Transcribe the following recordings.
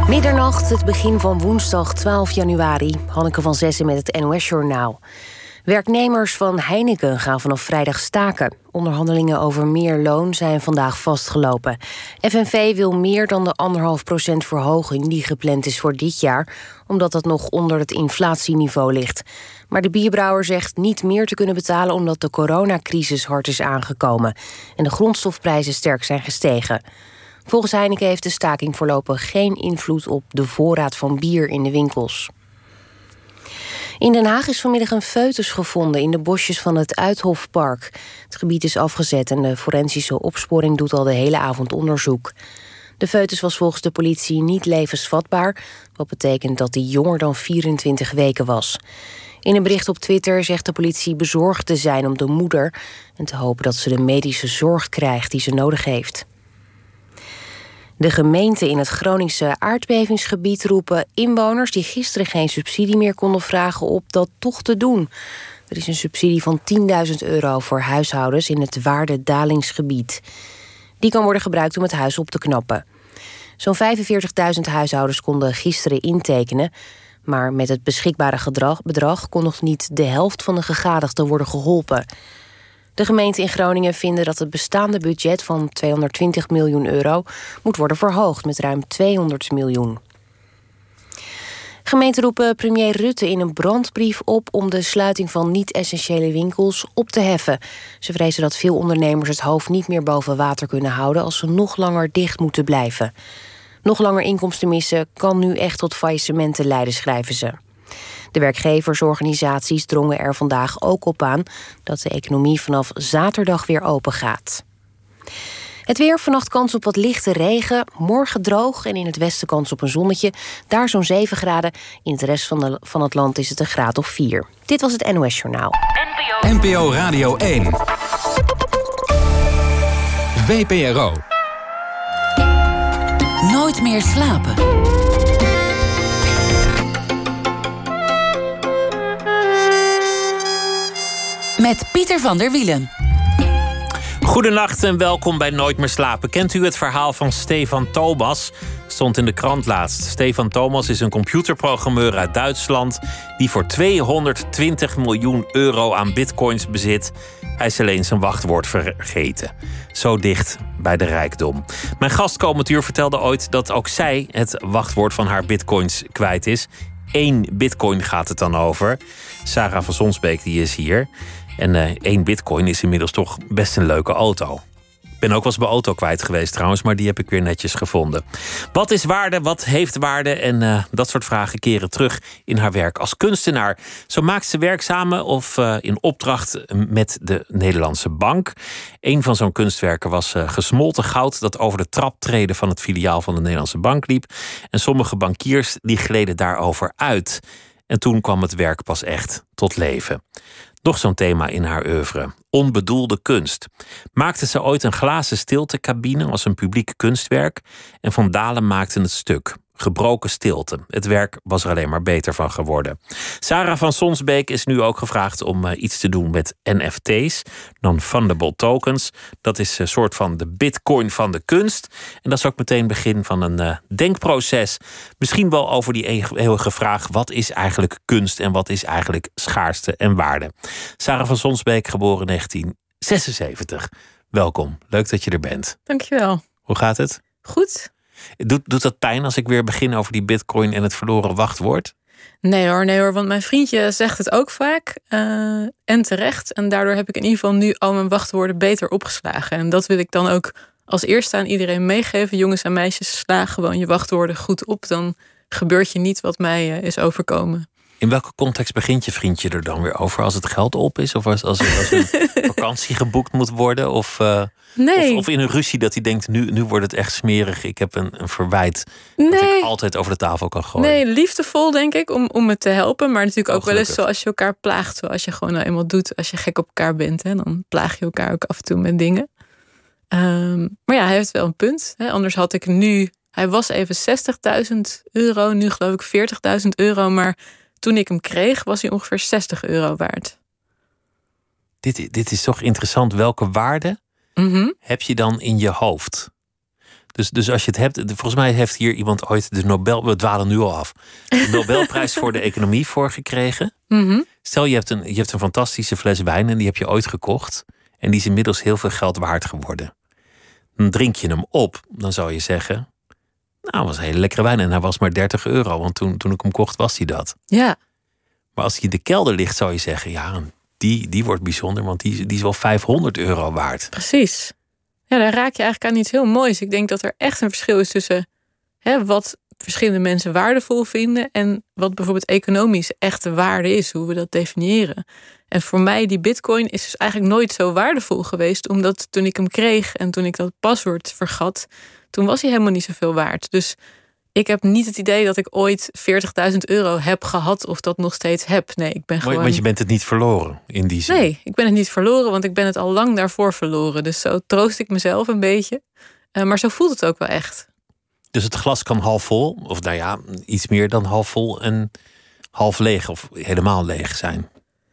Middernacht, het begin van woensdag 12 januari. Hanneke van Zessen met het NOS-journaal. Werknemers van Heineken gaan vanaf vrijdag staken. Onderhandelingen over meer loon zijn vandaag vastgelopen. FNV wil meer dan de 1,5% verhoging die gepland is voor dit jaar, omdat dat nog onder het inflatieniveau ligt. Maar de bierbrouwer zegt niet meer te kunnen betalen omdat de coronacrisis hard is aangekomen en de grondstofprijzen sterk zijn gestegen. Volgens Heineken heeft de staking voorlopig geen invloed op de voorraad van bier in de winkels. In Den Haag is vanmiddag een foetus gevonden in de bosjes van het Uithofpark. Het gebied is afgezet en de forensische opsporing doet al de hele avond onderzoek. De foetus was volgens de politie niet levensvatbaar, wat betekent dat hij jonger dan 24 weken was. In een bericht op Twitter zegt de politie bezorgd te zijn om de moeder en te hopen dat ze de medische zorg krijgt die ze nodig heeft. De gemeenten in het Groningse aardbevingsgebied roepen inwoners die gisteren geen subsidie meer konden vragen op dat toch te doen. Er is een subsidie van €10.000 voor huishoudens in het waardedalingsgebied. Die kan worden gebruikt om het huis op te knappen. Zo'n 45.000 huishoudens konden gisteren intekenen, maar met het beschikbare bedrag kon nog niet de helft van de gegadigden worden geholpen. De gemeenten in Groningen vinden dat het bestaande budget van €220 miljoen moet worden verhoogd met ruim 200 miljoen. Gemeenten roepen premier Rutte in een brandbrief op om de sluiting van niet-essentiële winkels op te heffen. Ze vrezen dat veel ondernemers het hoofd niet meer boven water kunnen houden als ze nog langer dicht moeten blijven. Nog langer inkomsten missen kan nu echt tot faillissementen leiden, schrijven ze. De werkgeversorganisaties drongen er vandaag ook op aan dat de economie vanaf zaterdag weer open gaat. Het weer, vannacht kans op wat lichte regen, morgen droog en in het westen kans op een zonnetje. Daar zo'n 7 graden, in het rest van het land is het een graad of 4. Dit was het NOS Journaal. NPO Radio 1. VPRO. Nooit meer slapen. Met Pieter van der Wielen. Goedenacht en welkom bij Nooit meer slapen. Kent u het verhaal van Stefan Thomas? Stond in de krant laatst. Stefan Thomas is een computerprogrammeur uit Duitsland die voor €220 miljoen aan bitcoins bezit. Hij is alleen zijn wachtwoord vergeten. Zo dicht bij de rijkdom. Mijn gast komend uur vertelde ooit dat ook zij het wachtwoord van haar bitcoins kwijt is. 1 bitcoin gaat het dan over. Sarah van Sonsbeek die is hier. En 1 bitcoin is inmiddels toch best een leuke auto. Ik ben ook wel eens mijn auto kwijt geweest trouwens, maar die heb ik weer netjes gevonden. Wat is waarde, wat heeft waarde? En dat soort vragen keren terug in haar werk als kunstenaar. Zo maakt ze werk samen of in opdracht met de Nederlandse Bank. Een van zo'n kunstwerken was gesmolten goud dat over de traptreden van het filiaal van de Nederlandse Bank liep. En sommige bankiers die gleden daarover uit. En toen kwam het werk pas echt tot leven. Nog zo'n thema in haar oeuvre. Onbedoelde kunst. Maakte ze ooit een glazen stiltecabine als een publiek kunstwerk en Van Dalen maakte het stuk. Gebroken stilte. Het werk was er alleen maar beter van geworden. Sarah van Sonsbeek is nu ook gevraagd om iets te doen met NFT's, non-fundable tokens. Dat is een soort van de bitcoin van de kunst. En dat is ook meteen het begin van een denkproces. Misschien wel over die eeuwige vraag: wat is eigenlijk kunst en wat is eigenlijk schaarste en waarde? Sarah van Sonsbeek, geboren 1976. Welkom, leuk dat je er bent. Dankjewel. Hoe gaat het? Goed. Doet dat pijn als ik weer begin over die bitcoin en het verloren wachtwoord? Nee hoor, want mijn vriendje zegt het ook vaak. En terecht. En daardoor heb ik in ieder geval nu al mijn wachtwoorden beter opgeslagen. En dat wil ik dan ook als eerste aan iedereen meegeven. Jongens en meisjes, sla gewoon je wachtwoorden goed op. Dan gebeurt je niet wat mij is overkomen. In welke context begint je vriendje er dan weer over? Als het geld op is? Of als een vakantie geboekt moet worden? Nee. Of in een ruzie dat hij denkt, nu wordt het echt smerig. Ik heb een verwijt dat ik altijd over de tafel kan gooien. Nee, liefdevol denk ik, om me te helpen. Maar natuurlijk ook wel eens zoals je elkaar plaagt. Zoals je gewoon nou eenmaal doet als je gek op elkaar bent. Hè, dan plaag je elkaar ook af en toe met dingen. Maar ja, hij heeft wel een punt. Hè. Anders had ik nu... Hij was even €60.000. Nu geloof ik €40.000. Maar toen ik hem kreeg, was hij ongeveer €60 waard. Dit is toch interessant. Welke waarde heb je dan in je hoofd? Dus als je het hebt, volgens mij heeft hier iemand ooit de Nobel, we dwalen nu al af, de Nobelprijs voor de economie voor gekregen. Mm-hmm. Stel, je hebt een fantastische fles wijn en die heb je ooit gekocht. En die is inmiddels heel veel geld waard geworden. Dan drink je hem op, dan zou je zeggen, nou, was een hele lekkere wijn en hij was maar €30. Want toen ik hem kocht, was hij dat. Ja. Maar als hij in de kelder ligt, zou je zeggen, ja, die wordt bijzonder, want die is wel €500 waard. Precies. Ja, daar raak je eigenlijk aan iets heel moois. Ik denk dat er echt een verschil is tussen wat verschillende mensen waardevol vinden en wat bijvoorbeeld economisch echte waarde is, hoe we dat definiëren. En voor mij, die bitcoin is dus eigenlijk nooit zo waardevol geweest, omdat toen ik hem kreeg en toen ik dat paswoord vergat, toen was hij helemaal niet zoveel waard. Dus ik heb niet het idee dat ik ooit €40.000 heb gehad of dat nog steeds heb. Nee, ik ben gewoon... Want je bent het niet verloren in die zin. Nee, ik ben het niet verloren, want ik ben het al lang daarvoor verloren. Dus zo troost ik mezelf een beetje. Maar zo voelt het ook wel echt. Dus het glas kan half vol, of nou ja, iets meer dan half vol en half leeg of helemaal leeg zijn.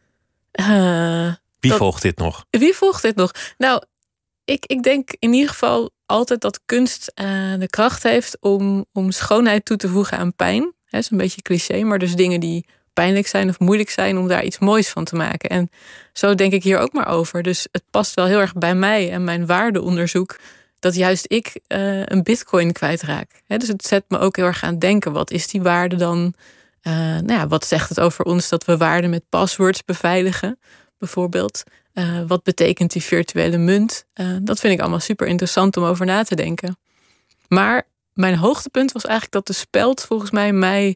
Wie volgt dit nog? Wie volgt dit nog? Nou, ik denk in ieder geval altijd dat kunst de kracht heeft om schoonheid toe te voegen aan pijn. Dat is een beetje cliché, maar dus dingen die pijnlijk zijn of moeilijk zijn, om daar iets moois van te maken. En zo denk ik hier ook maar over. Dus het past wel heel erg bij mij en mijn waardeonderzoek dat juist ik een bitcoin kwijtraak. Dus het zet me ook heel erg aan het denken. Wat is die waarde dan? Wat zegt het over ons dat we waarden met passwords beveiligen, bijvoorbeeld? Wat betekent die virtuele munt? Dat vind ik allemaal super interessant om over na te denken. Maar mijn hoogtepunt was eigenlijk dat de Speld volgens mij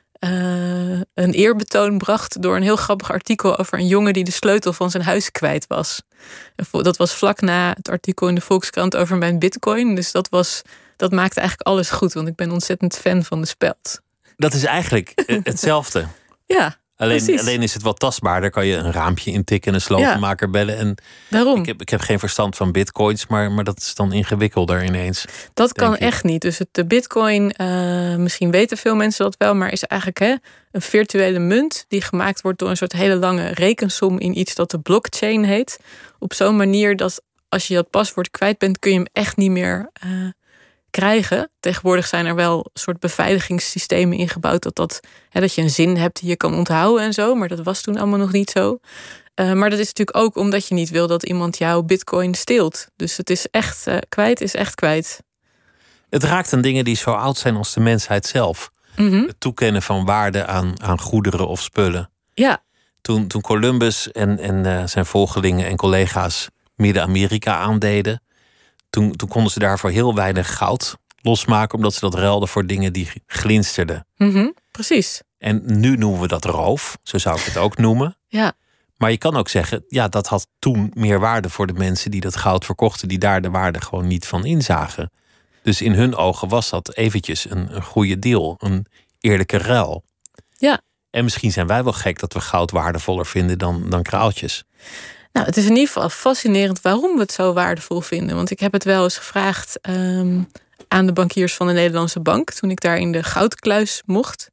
een eerbetoon bracht door een heel grappig artikel over een jongen die de sleutel van zijn huis kwijt was. Dat was vlak na het artikel in de Volkskrant over mijn bitcoin. Dus dat maakte eigenlijk alles goed, want ik ben ontzettend fan van de Speld. Dat is eigenlijk hetzelfde. Ja. Alleen is het wat tastbaarder. Kan je een raampje intikken en een slotenmaker bellen. En daarom. Ik heb geen verstand van bitcoins, maar dat is dan ingewikkelder ineens. Dat kan echt niet. Dus de bitcoin, misschien weten veel mensen dat wel, maar is eigenlijk een virtuele munt die gemaakt wordt door een soort hele lange rekensom in iets dat de blockchain heet. Op zo'n manier dat als je dat paswoord kwijt bent, kun je hem echt niet meer krijgen. Tegenwoordig zijn er wel een soort beveiligingssystemen ingebouwd dat je een zin hebt die je kan onthouden en zo, maar dat was toen allemaal nog niet zo. Maar dat is natuurlijk ook omdat je niet wil dat iemand jouw bitcoin steelt. Dus het is echt kwijt, is echt kwijt. Het raakt aan dingen die zo oud zijn als de mensheid zelf. Mm-hmm. Het toekennen van waarde aan goederen of spullen. Ja. Toen Columbus en zijn volgelingen en collega's Midden-Amerika aandeden, Toen konden ze daarvoor heel weinig goud losmaken, omdat ze dat ruilden voor dingen die glinsterden. Mm-hmm, precies. En nu noemen we dat roof, zo zou ik het ook noemen. Ja. Maar je kan ook zeggen, ja, dat had toen meer waarde voor de mensen die dat goud verkochten, die daar de waarde gewoon niet van inzagen. Dus in hun ogen was dat eventjes een goede deal, een eerlijke ruil. Ja. En misschien zijn wij wel gek dat we goud waardevoller vinden dan kraaltjes. Nou, het is in ieder geval fascinerend waarom we het zo waardevol vinden. Want ik heb het wel eens gevraagd aan de bankiers van de Nederlandse Bank, toen ik daar in de goudkluis mocht.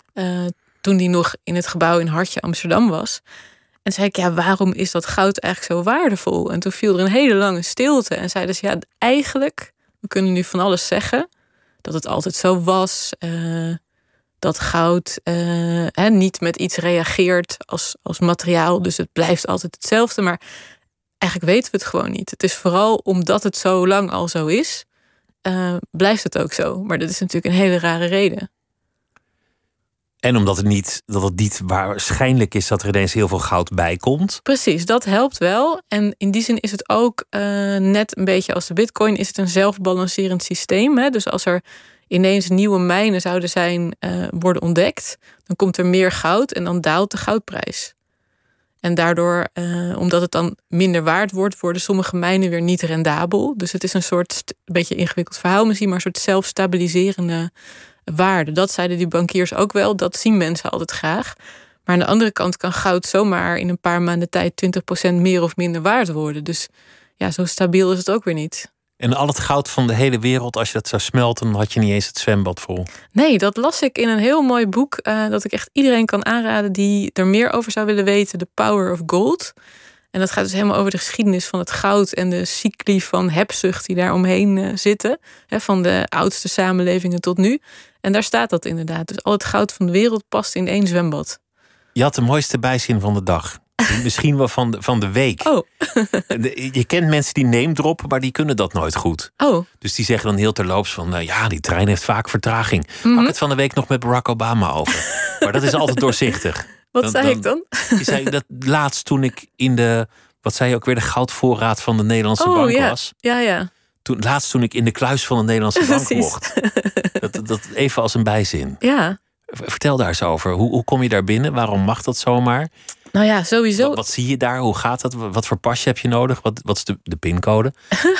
Toen die nog in het gebouw in Hartje Amsterdam was. En zei ik, ja, waarom is dat goud eigenlijk zo waardevol? En toen viel er een hele lange stilte. En zeiden ze, ja, eigenlijk, we kunnen nu van alles zeggen, dat het altijd zo was, dat goud niet met iets reageert als materiaal. Dus het blijft altijd hetzelfde. Maar eigenlijk weten we het gewoon niet. Het is vooral omdat het zo lang al zo is, blijft het ook zo. Maar dat is natuurlijk een hele rare reden. En omdat het niet waarschijnlijk is dat er ineens heel veel goud bij komt. Precies, dat helpt wel. En in die zin is het ook net een beetje als de bitcoin, is het een zelfbalancerend systeem. Hè? Dus als er ineens nieuwe mijnen zouden worden ontdekt, dan komt er meer goud en dan daalt de goudprijs. En daardoor, omdat het dan minder waard wordt, worden sommige mijnen weer niet rendabel. Dus het is een soort, een beetje ingewikkeld verhaal misschien, maar een soort zelfstabiliserende waarde. Dat zeiden die bankiers ook wel, dat zien mensen altijd graag. Maar aan de andere kant kan goud zomaar in een paar maanden tijd 20% meer of minder waard worden. Dus ja, zo stabiel is het ook weer niet. En al het goud van de hele wereld, als je dat zou smelten, dan had je niet eens het zwembad vol. Nee, dat las ik in een heel mooi boek dat ik echt iedereen kan aanraden die er meer over zou willen weten. The Power of Gold. En dat gaat dus helemaal over de geschiedenis van het goud en de cycli van hebzucht die daar omheen zitten. Van de oudste samenlevingen tot nu. En daar staat dat inderdaad. Dus al het goud van de wereld past in 1 zwembad. Je had de mooiste bijzin van de dag. Misschien wel van de week. Oh. Je kent mensen die name droppen, maar die kunnen dat nooit goed. Oh. Dus die zeggen dan heel terloops van... die trein heeft vaak vertraging. Had ik het van de week nog met Barack Obama over. Maar dat is altijd doorzichtig. Wat zei ik dan? Je zei dat laatst toen ik in de... Wat zei je ook weer? De goudvoorraad van de Nederlandse bank was. Ja. Toen ik in de kluis van de Nederlandse bank mocht. Dat even als een bijzin. Ja. Vertel daar eens over. Hoe kom je daar binnen? Waarom mag dat zomaar? Nou ja, sowieso. Wat zie je daar? Hoe gaat dat? Wat voor pasje heb je nodig? Wat is de pincode?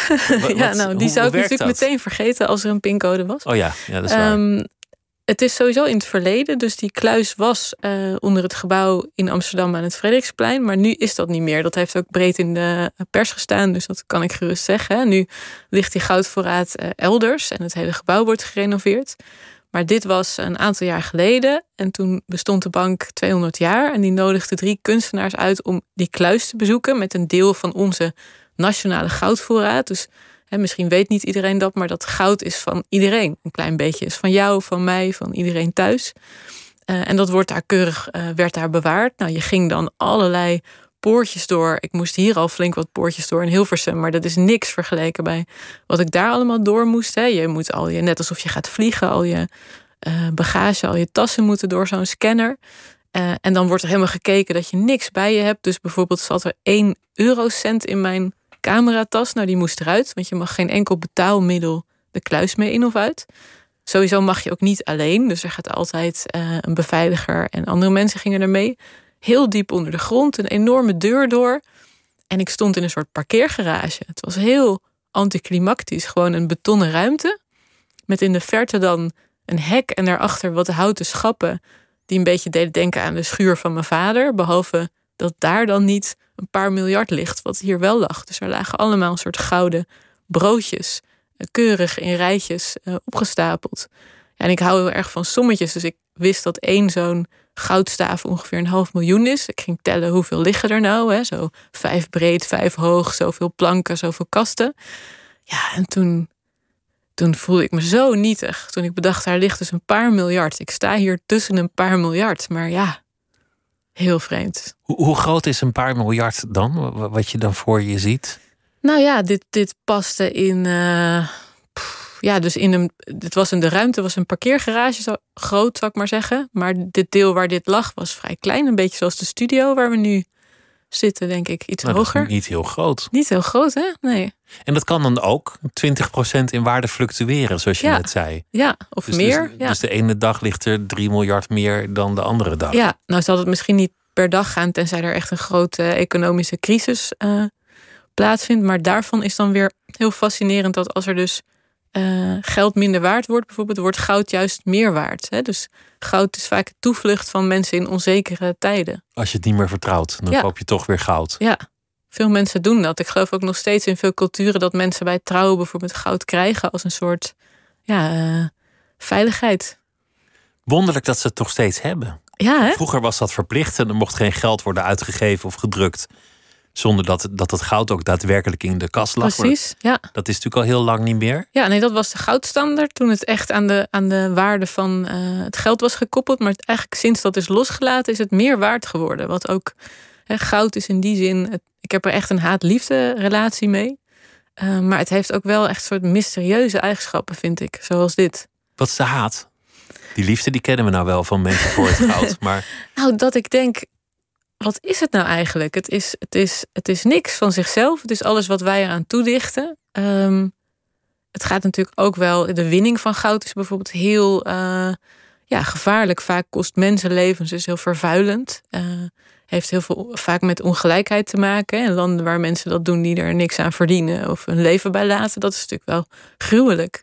Die zou ik natuurlijk meteen vergeten als er een pincode was. Oh ja, dat is waar. Het is sowieso in het verleden. Dus die kluis was onder het gebouw in Amsterdam aan het Frederiksplein. Maar nu is dat niet meer. Dat heeft ook breed in de pers gestaan. Dus dat kan ik gerust zeggen. Nu ligt die goudvoorraad elders. En het hele gebouw wordt gerenoveerd. Maar dit was een aantal jaar geleden. En toen bestond de bank 200 jaar. En die nodigde 3 kunstenaars uit om die kluis te bezoeken. Met een deel van onze nationale goudvoorraad. Dus misschien weet niet iedereen dat. Maar dat goud is van iedereen. Een klein beetje is van jou, van mij, van iedereen thuis. En dat wordt daar keurig werd daar bewaard. Nou, je ging dan allerlei poortjes door. Ik moest hier al flink wat poortjes door in Hilversum. Maar dat is niks vergeleken bij wat ik daar allemaal door moest. Je moet net alsof je gaat vliegen, al je bagage, al je tassen moeten door zo'n scanner. En dan wordt er helemaal gekeken dat je niks bij je hebt. Dus bijvoorbeeld zat er 1 eurocent in mijn cameratas. Nou, die moest eruit, want je mag geen enkel betaalmiddel de kluis mee in of uit. Sowieso mag je ook niet alleen. Dus er gaat altijd een beveiliger en andere mensen gingen er mee. Heel diep onder de grond, een enorme deur door. En ik stond in een soort parkeergarage. Het was heel anticlimactisch. Gewoon een betonnen ruimte. Met in de verte dan een hek en daarachter wat houten schappen die een beetje deden denken aan de schuur van mijn vader. Behalve dat daar dan niet een paar miljard ligt, wat hier wel lag. Dus er lagen allemaal een soort gouden broodjes, keurig in rijtjes opgestapeld. Ja, en ik hou heel erg van sommetjes, dus ik wist dat 1 zo'n goudstaaf ongeveer 500.000 is. Ik ging tellen hoeveel liggen er nou. Zo 5 breed, 5 hoog, zoveel planken, zoveel kasten. Ja, en toen voelde ik me zo nietig. Toen ik bedacht, daar ligt dus een paar miljard. Ik sta hier tussen een paar miljard. Maar ja, heel vreemd. Hoe groot is een paar miljard dan? Wat je dan voor je ziet? Nou ja, dit paste in... dus de ruimte was een parkeergarage, zo groot zou ik maar zeggen. Maar dit deel waar dit lag was vrij klein. Een beetje zoals de studio waar we nu zitten, denk ik. Iets hoger. Dat is niet heel groot. Niet heel groot, hè? Nee. En dat kan dan ook 20% in waarde fluctueren, zoals je net zei. Ja, of dus meer. Dus de ene dag ligt er 3 miljard meer dan de andere dag. Ja, nou zal het misschien niet per dag gaan, tenzij er echt een grote economische crisis plaatsvindt. Maar daarvan is dan weer heel fascinerend dat als er dus geld minder waard wordt, bijvoorbeeld, wordt goud juist meer waard. Hè? Dus goud is vaak een toevlucht van mensen in onzekere tijden. Als je het niet meer vertrouwt, dan koop je toch weer goud. Ja, veel mensen doen dat. Ik geloof ook nog steeds in veel culturen dat mensen bij trouwen bijvoorbeeld goud krijgen als een soort veiligheid. Wonderlijk dat ze het toch steeds hebben. Ja, hè? Vroeger was dat verplicht en er mocht geen geld worden uitgegeven of gedrukt zonder dat het goud ook daadwerkelijk in de kas lag. Precies, ja. Dat is natuurlijk al heel lang niet meer. Ja, nee, dat was de goudstandaard toen het echt aan de waarde van het geld was gekoppeld. Maar eigenlijk sinds dat is losgelaten is het meer waard geworden. Wat ook, goud is in die zin, ik heb er echt een haat-liefde relatie mee. Maar het heeft ook wel echt een soort mysterieuze eigenschappen, vind ik. Zoals dit. Wat is de haat? Die liefde die kennen we nou wel van mensen voor het goud. Maar... Nou, dat ik denk, wat is het nou eigenlijk? Het is niks van zichzelf. Het is alles wat wij eraan toedichten. Het gaat natuurlijk ook wel... De winning van goud is bijvoorbeeld heel gevaarlijk. Vaak kost mensenlevens, is heel vervuilend. Heeft heel veel vaak met ongelijkheid te maken. En landen waar mensen dat doen die er niks aan verdienen of hun leven bij laten, dat is natuurlijk wel gruwelijk.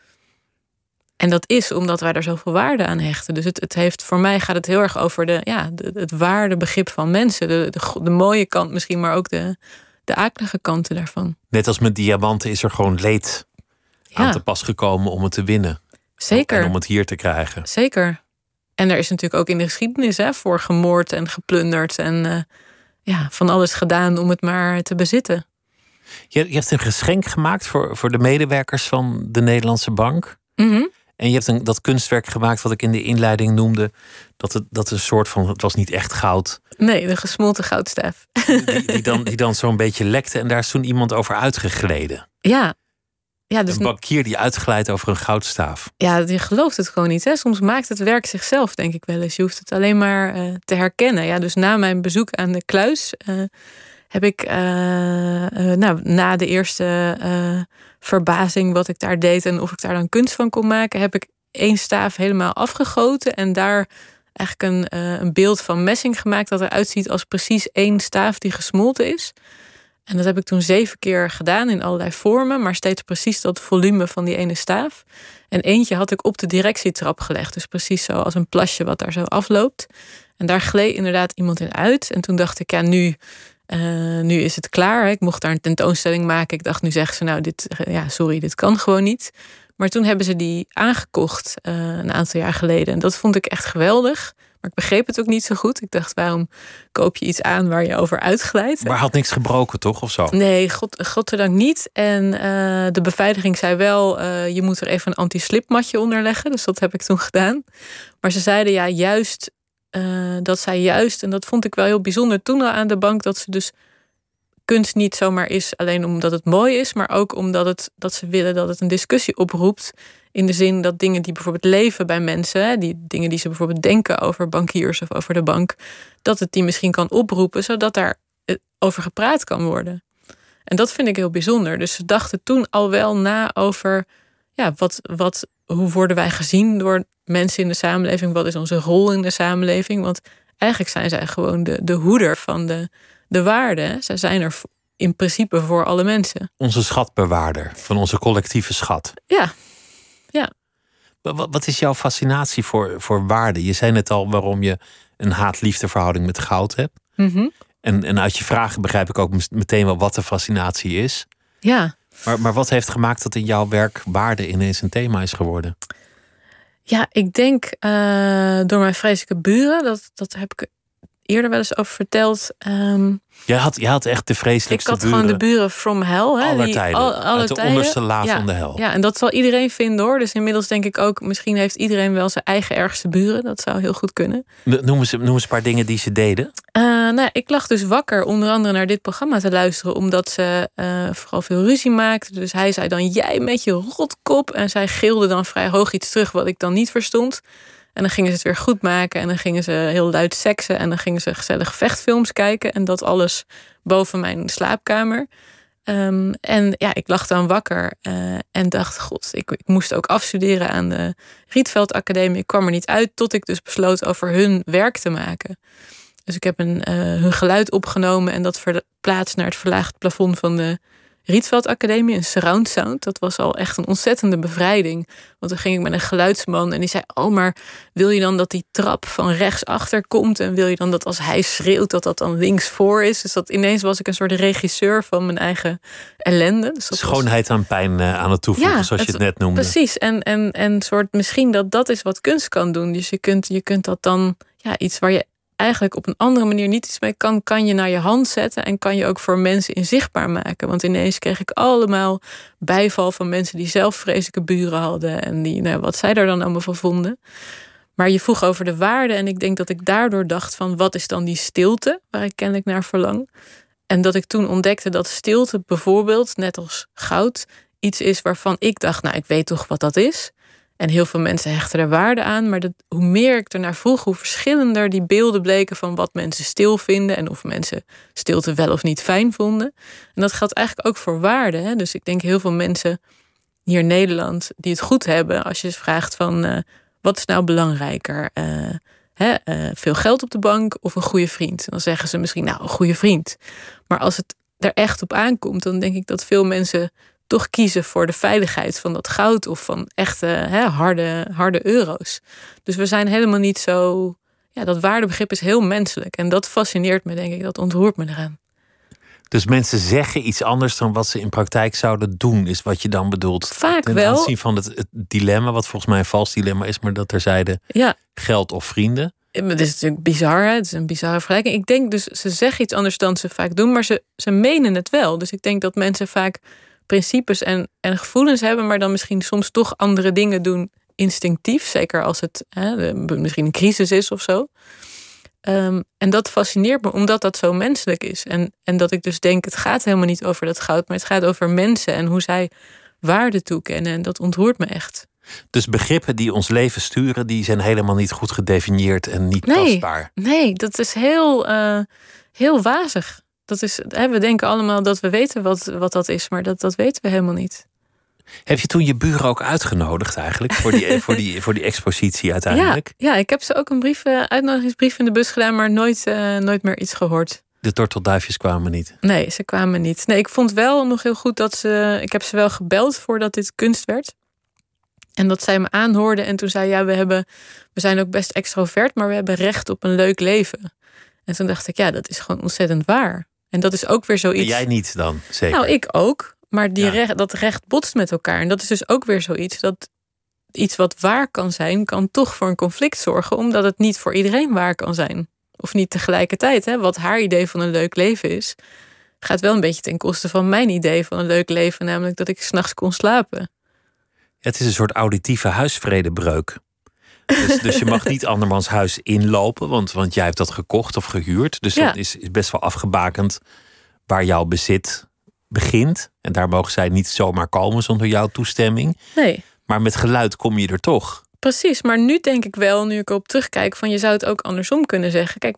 En dat is omdat wij er zoveel waarde aan hechten. Dus voor mij gaat het heel erg over het waardebegrip van mensen. De mooie kant misschien, maar ook de akelige kanten daarvan. Net als met diamanten is er gewoon leed aan te pas gekomen om het te winnen. Zeker. En om het hier te krijgen. Zeker. En er is natuurlijk ook in de geschiedenis voor gemoord en geplunderd. En van alles gedaan om het maar te bezitten. Je hebt een geschenk gemaakt voor de medewerkers van de Nederlandse Bank. Mm-hmm. En je hebt dat kunstwerk gemaakt wat ik in de inleiding noemde. Dat een soort van, het was niet echt goud. Nee, de gesmolten goudstaaf. Die dan zo'n beetje lekte. En daar is toen iemand over uitgegleden. Ja, dus een bankier die uitglijdt over een goudstaaf. Ja, je gelooft het gewoon niet. Hè? Soms maakt het werk zichzelf, denk ik wel eens. Je hoeft het alleen maar te herkennen. Ja, dus na mijn bezoek aan de kluis heb ik na de eerste verbazing wat ik daar deed en of ik daar dan kunst van kon maken, heb ik 1 staaf helemaal afgegoten en daar eigenlijk een beeld van messing gemaakt dat eruit ziet als precies 1 staaf die gesmolten is. En dat heb ik toen 7 keer gedaan in allerlei vormen, maar steeds precies dat volume van die ene staaf. En eentje had ik op de directietrap gelegd, dus precies zo als een plasje wat daar zo afloopt. En daar gleed inderdaad iemand in uit. En toen dacht ik, ja, nu is het klaar. Ik mocht daar een tentoonstelling maken. Ik dacht, nu zeggen ze, nou, dit kan gewoon niet. Maar toen hebben ze die aangekocht een aantal jaar geleden. En dat vond ik echt geweldig. Maar ik begreep het ook niet zo goed. Ik dacht, waarom koop je iets aan waar je over uitglijdt? Maar had niks gebroken, toch? Of zo? Nee, goddank niet. En de beveiliging zei wel, je moet er even een anti-slipmatje onder leggen. Dus dat heb ik toen gedaan. Maar ze zeiden, ja, juist, en dat vond ik wel heel bijzonder toen al aan de bank, dat ze dus kunst niet zomaar is alleen omdat het mooi is, maar ook omdat dat ze willen dat het een discussie oproept. In de zin dat dingen die bijvoorbeeld leven bij mensen, die dingen die ze bijvoorbeeld denken over bankiers of over de bank, dat het die misschien kan oproepen, zodat daar over gepraat kan worden. En dat vind ik heel bijzonder. Dus ze dachten toen al wel na over, ja, hoe worden wij gezien door mensen in de samenleving? Wat is onze rol in de samenleving? Want eigenlijk zijn zij gewoon de hoeder van de waarden. Zij zijn er in principe voor alle mensen. Onze schatbewaarder van onze collectieve schat. Ja. Wat is jouw fascinatie voor waarde? Je zei net al waarom je een haat-liefde verhouding met goud hebt. Mm-hmm. En uit je vragen begrijp ik ook meteen wel wat de fascinatie is. Ja. Maar wat heeft gemaakt dat in jouw werk waarde ineens een thema is geworden? Ja, ik denk door mijn vreselijke buren. Dat heb ik eerder wel eens over verteld. Je had echt de vreselijkste buren. Ik had gewoon de buren from hell. Hè, aller tijden. Uit de onderste la van de hel. Ja, en dat zal iedereen vinden, hoor. Dus inmiddels denk ik ook, misschien heeft iedereen wel zijn eigen ergste buren. Dat zou heel goed kunnen. Noem eens een paar dingen die ze deden. Ik lag dus wakker, onder andere naar dit programma te luisteren, omdat ze vooral veel ruzie maakten. Dus hij zei dan, jij met je rotkop. En zij gilde dan vrij hoog iets terug wat ik dan niet verstond. En dan gingen ze het weer goed maken. En dan gingen ze heel luid seksen. En dan gingen ze gezellig vechtfilms kijken. En dat alles boven mijn slaapkamer. Ik lag dan wakker. En dacht, god, ik moest ook afstuderen aan de Rietveld Academie. Ik kwam er niet uit tot ik dus besloot over hun werk te maken. Dus ik heb hun geluid opgenomen. En dat verplaatst naar het verlaagd plafond van de Rietveld Academie, een surround sound. Dat was al echt een ontzettende bevrijding. Want dan ging ik met een geluidsman en die zei, oh, maar wil je dan dat die trap van rechtsachter komt? En wil je dan dat als hij schreeuwt dat dan links voor is? Dus dat ineens was ik een soort regisseur van mijn eigen ellende. Dus schoonheid aan pijn aan het toevoegen, zoals je het net noemde. Precies. En soort misschien dat is wat kunst kan doen. Dus je kunt dat dan, ja, iets waar je eigenlijk op een andere manier niet iets mee kan je naar je hand zetten en kan je ook voor mensen inzichtbaar maken. Want ineens kreeg ik allemaal bijval van mensen die zelf vreselijke buren hadden en die, wat zij daar dan allemaal van vonden. Maar je vroeg over de waarde en ik denk dat ik daardoor dacht van, wat is dan die stilte waar ik kennelijk naar verlang? En dat ik toen ontdekte dat stilte bijvoorbeeld, net als goud, iets is waarvan ik dacht, ik weet toch wat dat is. En heel veel mensen hechten er waarde aan. Maar hoe meer ik ernaar vroeg, hoe verschillender die beelden bleken van wat mensen stil vinden. En of mensen stilte wel of niet fijn vonden. En dat geldt eigenlijk ook voor waarde. Hè? Dus ik denk heel veel mensen hier in Nederland die het goed hebben. Als je vraagt van wat is nou belangrijker? Veel geld op de bank of een goede vriend? En dan zeggen ze misschien een goede vriend. Maar als het er echt op aankomt, dan denk ik dat veel mensen toch kiezen voor de veiligheid van dat goud of van echte harde euro's. Dus we zijn helemaal niet zo. Ja, dat waardebegrip is heel menselijk. En dat fascineert me, denk ik. Dat ontroert me eraan. Dus mensen zeggen iets anders dan wat ze in praktijk zouden doen, is wat je dan bedoelt. Vaak ten wel. aanzien van het dilemma, wat volgens mij een vals dilemma is, maar dat er zeiden geld of vrienden. Het is natuurlijk bizar, hè? Het is een bizarre vergelijking. Ik denk dus, ze zeggen iets anders dan ze vaak doen, maar ze menen het wel. Dus ik denk dat mensen vaak principes en gevoelens hebben, maar dan misschien soms toch andere dingen doen instinctief. Zeker als het misschien een crisis is of zo. En dat fascineert me, omdat dat zo menselijk is. En dat ik dus denk, het gaat helemaal niet over dat goud, maar het gaat over mensen en hoe zij waarde toekennen. En dat ontroert me echt. Dus begrippen die ons leven sturen, die zijn helemaal niet goed gedefinieerd en niet tastbaar. Nee, dat is heel wazig. Dat is, we denken allemaal dat we weten wat dat is, maar dat weten we helemaal niet. Heb je toen je buren ook uitgenodigd eigenlijk voor die expositie uiteindelijk? Ja, ik heb ze ook een uitnodigingsbrief in de bus gedaan, maar nooit meer iets gehoord. De tortelduifjes kwamen niet? Nee, ze kwamen niet. Nee, ik vond wel nog heel goed dat ik heb ze wel gebeld voordat dit kunst werd. En dat zij me aanhoorden en toen zei we zijn ook best extrovert, maar we hebben recht op een leuk leven. En toen dacht ik, dat is gewoon ontzettend waar. En dat is ook weer zoiets. En jij niet dan, zeker? Nou, ik ook. Maar dat recht botst met elkaar. En dat is dus ook weer zoiets. Dat iets wat waar kan zijn, kan toch voor een conflict zorgen, omdat het niet voor iedereen waar kan zijn. Of niet tegelijkertijd. Hè? Wat haar idee van een leuk leven is, gaat wel een beetje ten koste van mijn idee van een leuk leven. Namelijk dat ik 's nachts kon slapen. Het is een soort auditieve huisvredebreuk. Dus je mag niet andermans huis inlopen, want jij hebt dat gekocht of gehuurd. Dus dat is best wel afgebakend waar jouw bezit begint. En daar mogen zij niet zomaar komen zonder jouw toestemming. Nee. Maar met geluid kom je er toch. Precies, maar nu denk ik wel, nu ik erop terugkijk, van je zou het ook andersom kunnen zeggen. Kijk,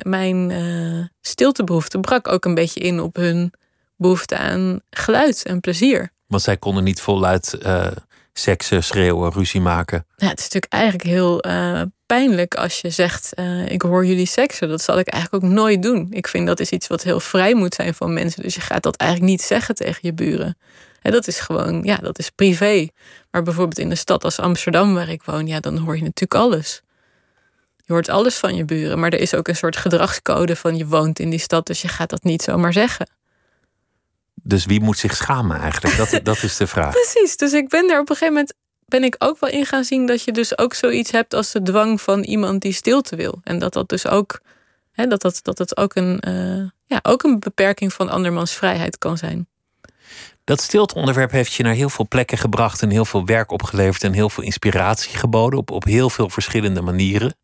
mijn stiltebehoefte brak ook een beetje in op hun behoefte aan geluid en plezier. Want zij konden niet voluit seksen, schreeuwen, ruzie maken. Ja, het is natuurlijk eigenlijk heel pijnlijk als je zegt, ik hoor jullie seksen. Dat zal ik eigenlijk ook nooit doen. Ik vind dat is iets wat heel vrij moet zijn van mensen. Dus je gaat dat eigenlijk niet zeggen tegen je buren. En dat is gewoon, dat is privé. Maar bijvoorbeeld in een stad als Amsterdam, waar ik woon, dan hoor je natuurlijk alles. Je hoort alles van je buren. Maar er is ook een soort gedragscode van je woont in die stad, dus je gaat dat niet zomaar zeggen. Dus wie moet zich schamen eigenlijk? Dat is de vraag. Precies, dus ik ben daar op een gegeven moment ook wel in gaan zien dat je dus ook zoiets hebt als de dwang van iemand die stilte wil. En dat dus ook, dat het ook een beperking van andermans vrijheid kan zijn. Dat stilteonderwerp heeft je naar heel veel plekken gebracht en heel veel werk opgeleverd en heel veel inspiratie geboden op heel veel verschillende manieren.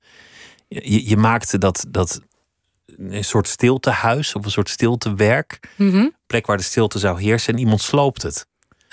Je maakte dat een soort stiltehuis of een soort stiltewerk. Een plek waar de stilte zou heersen en iemand sloopt het.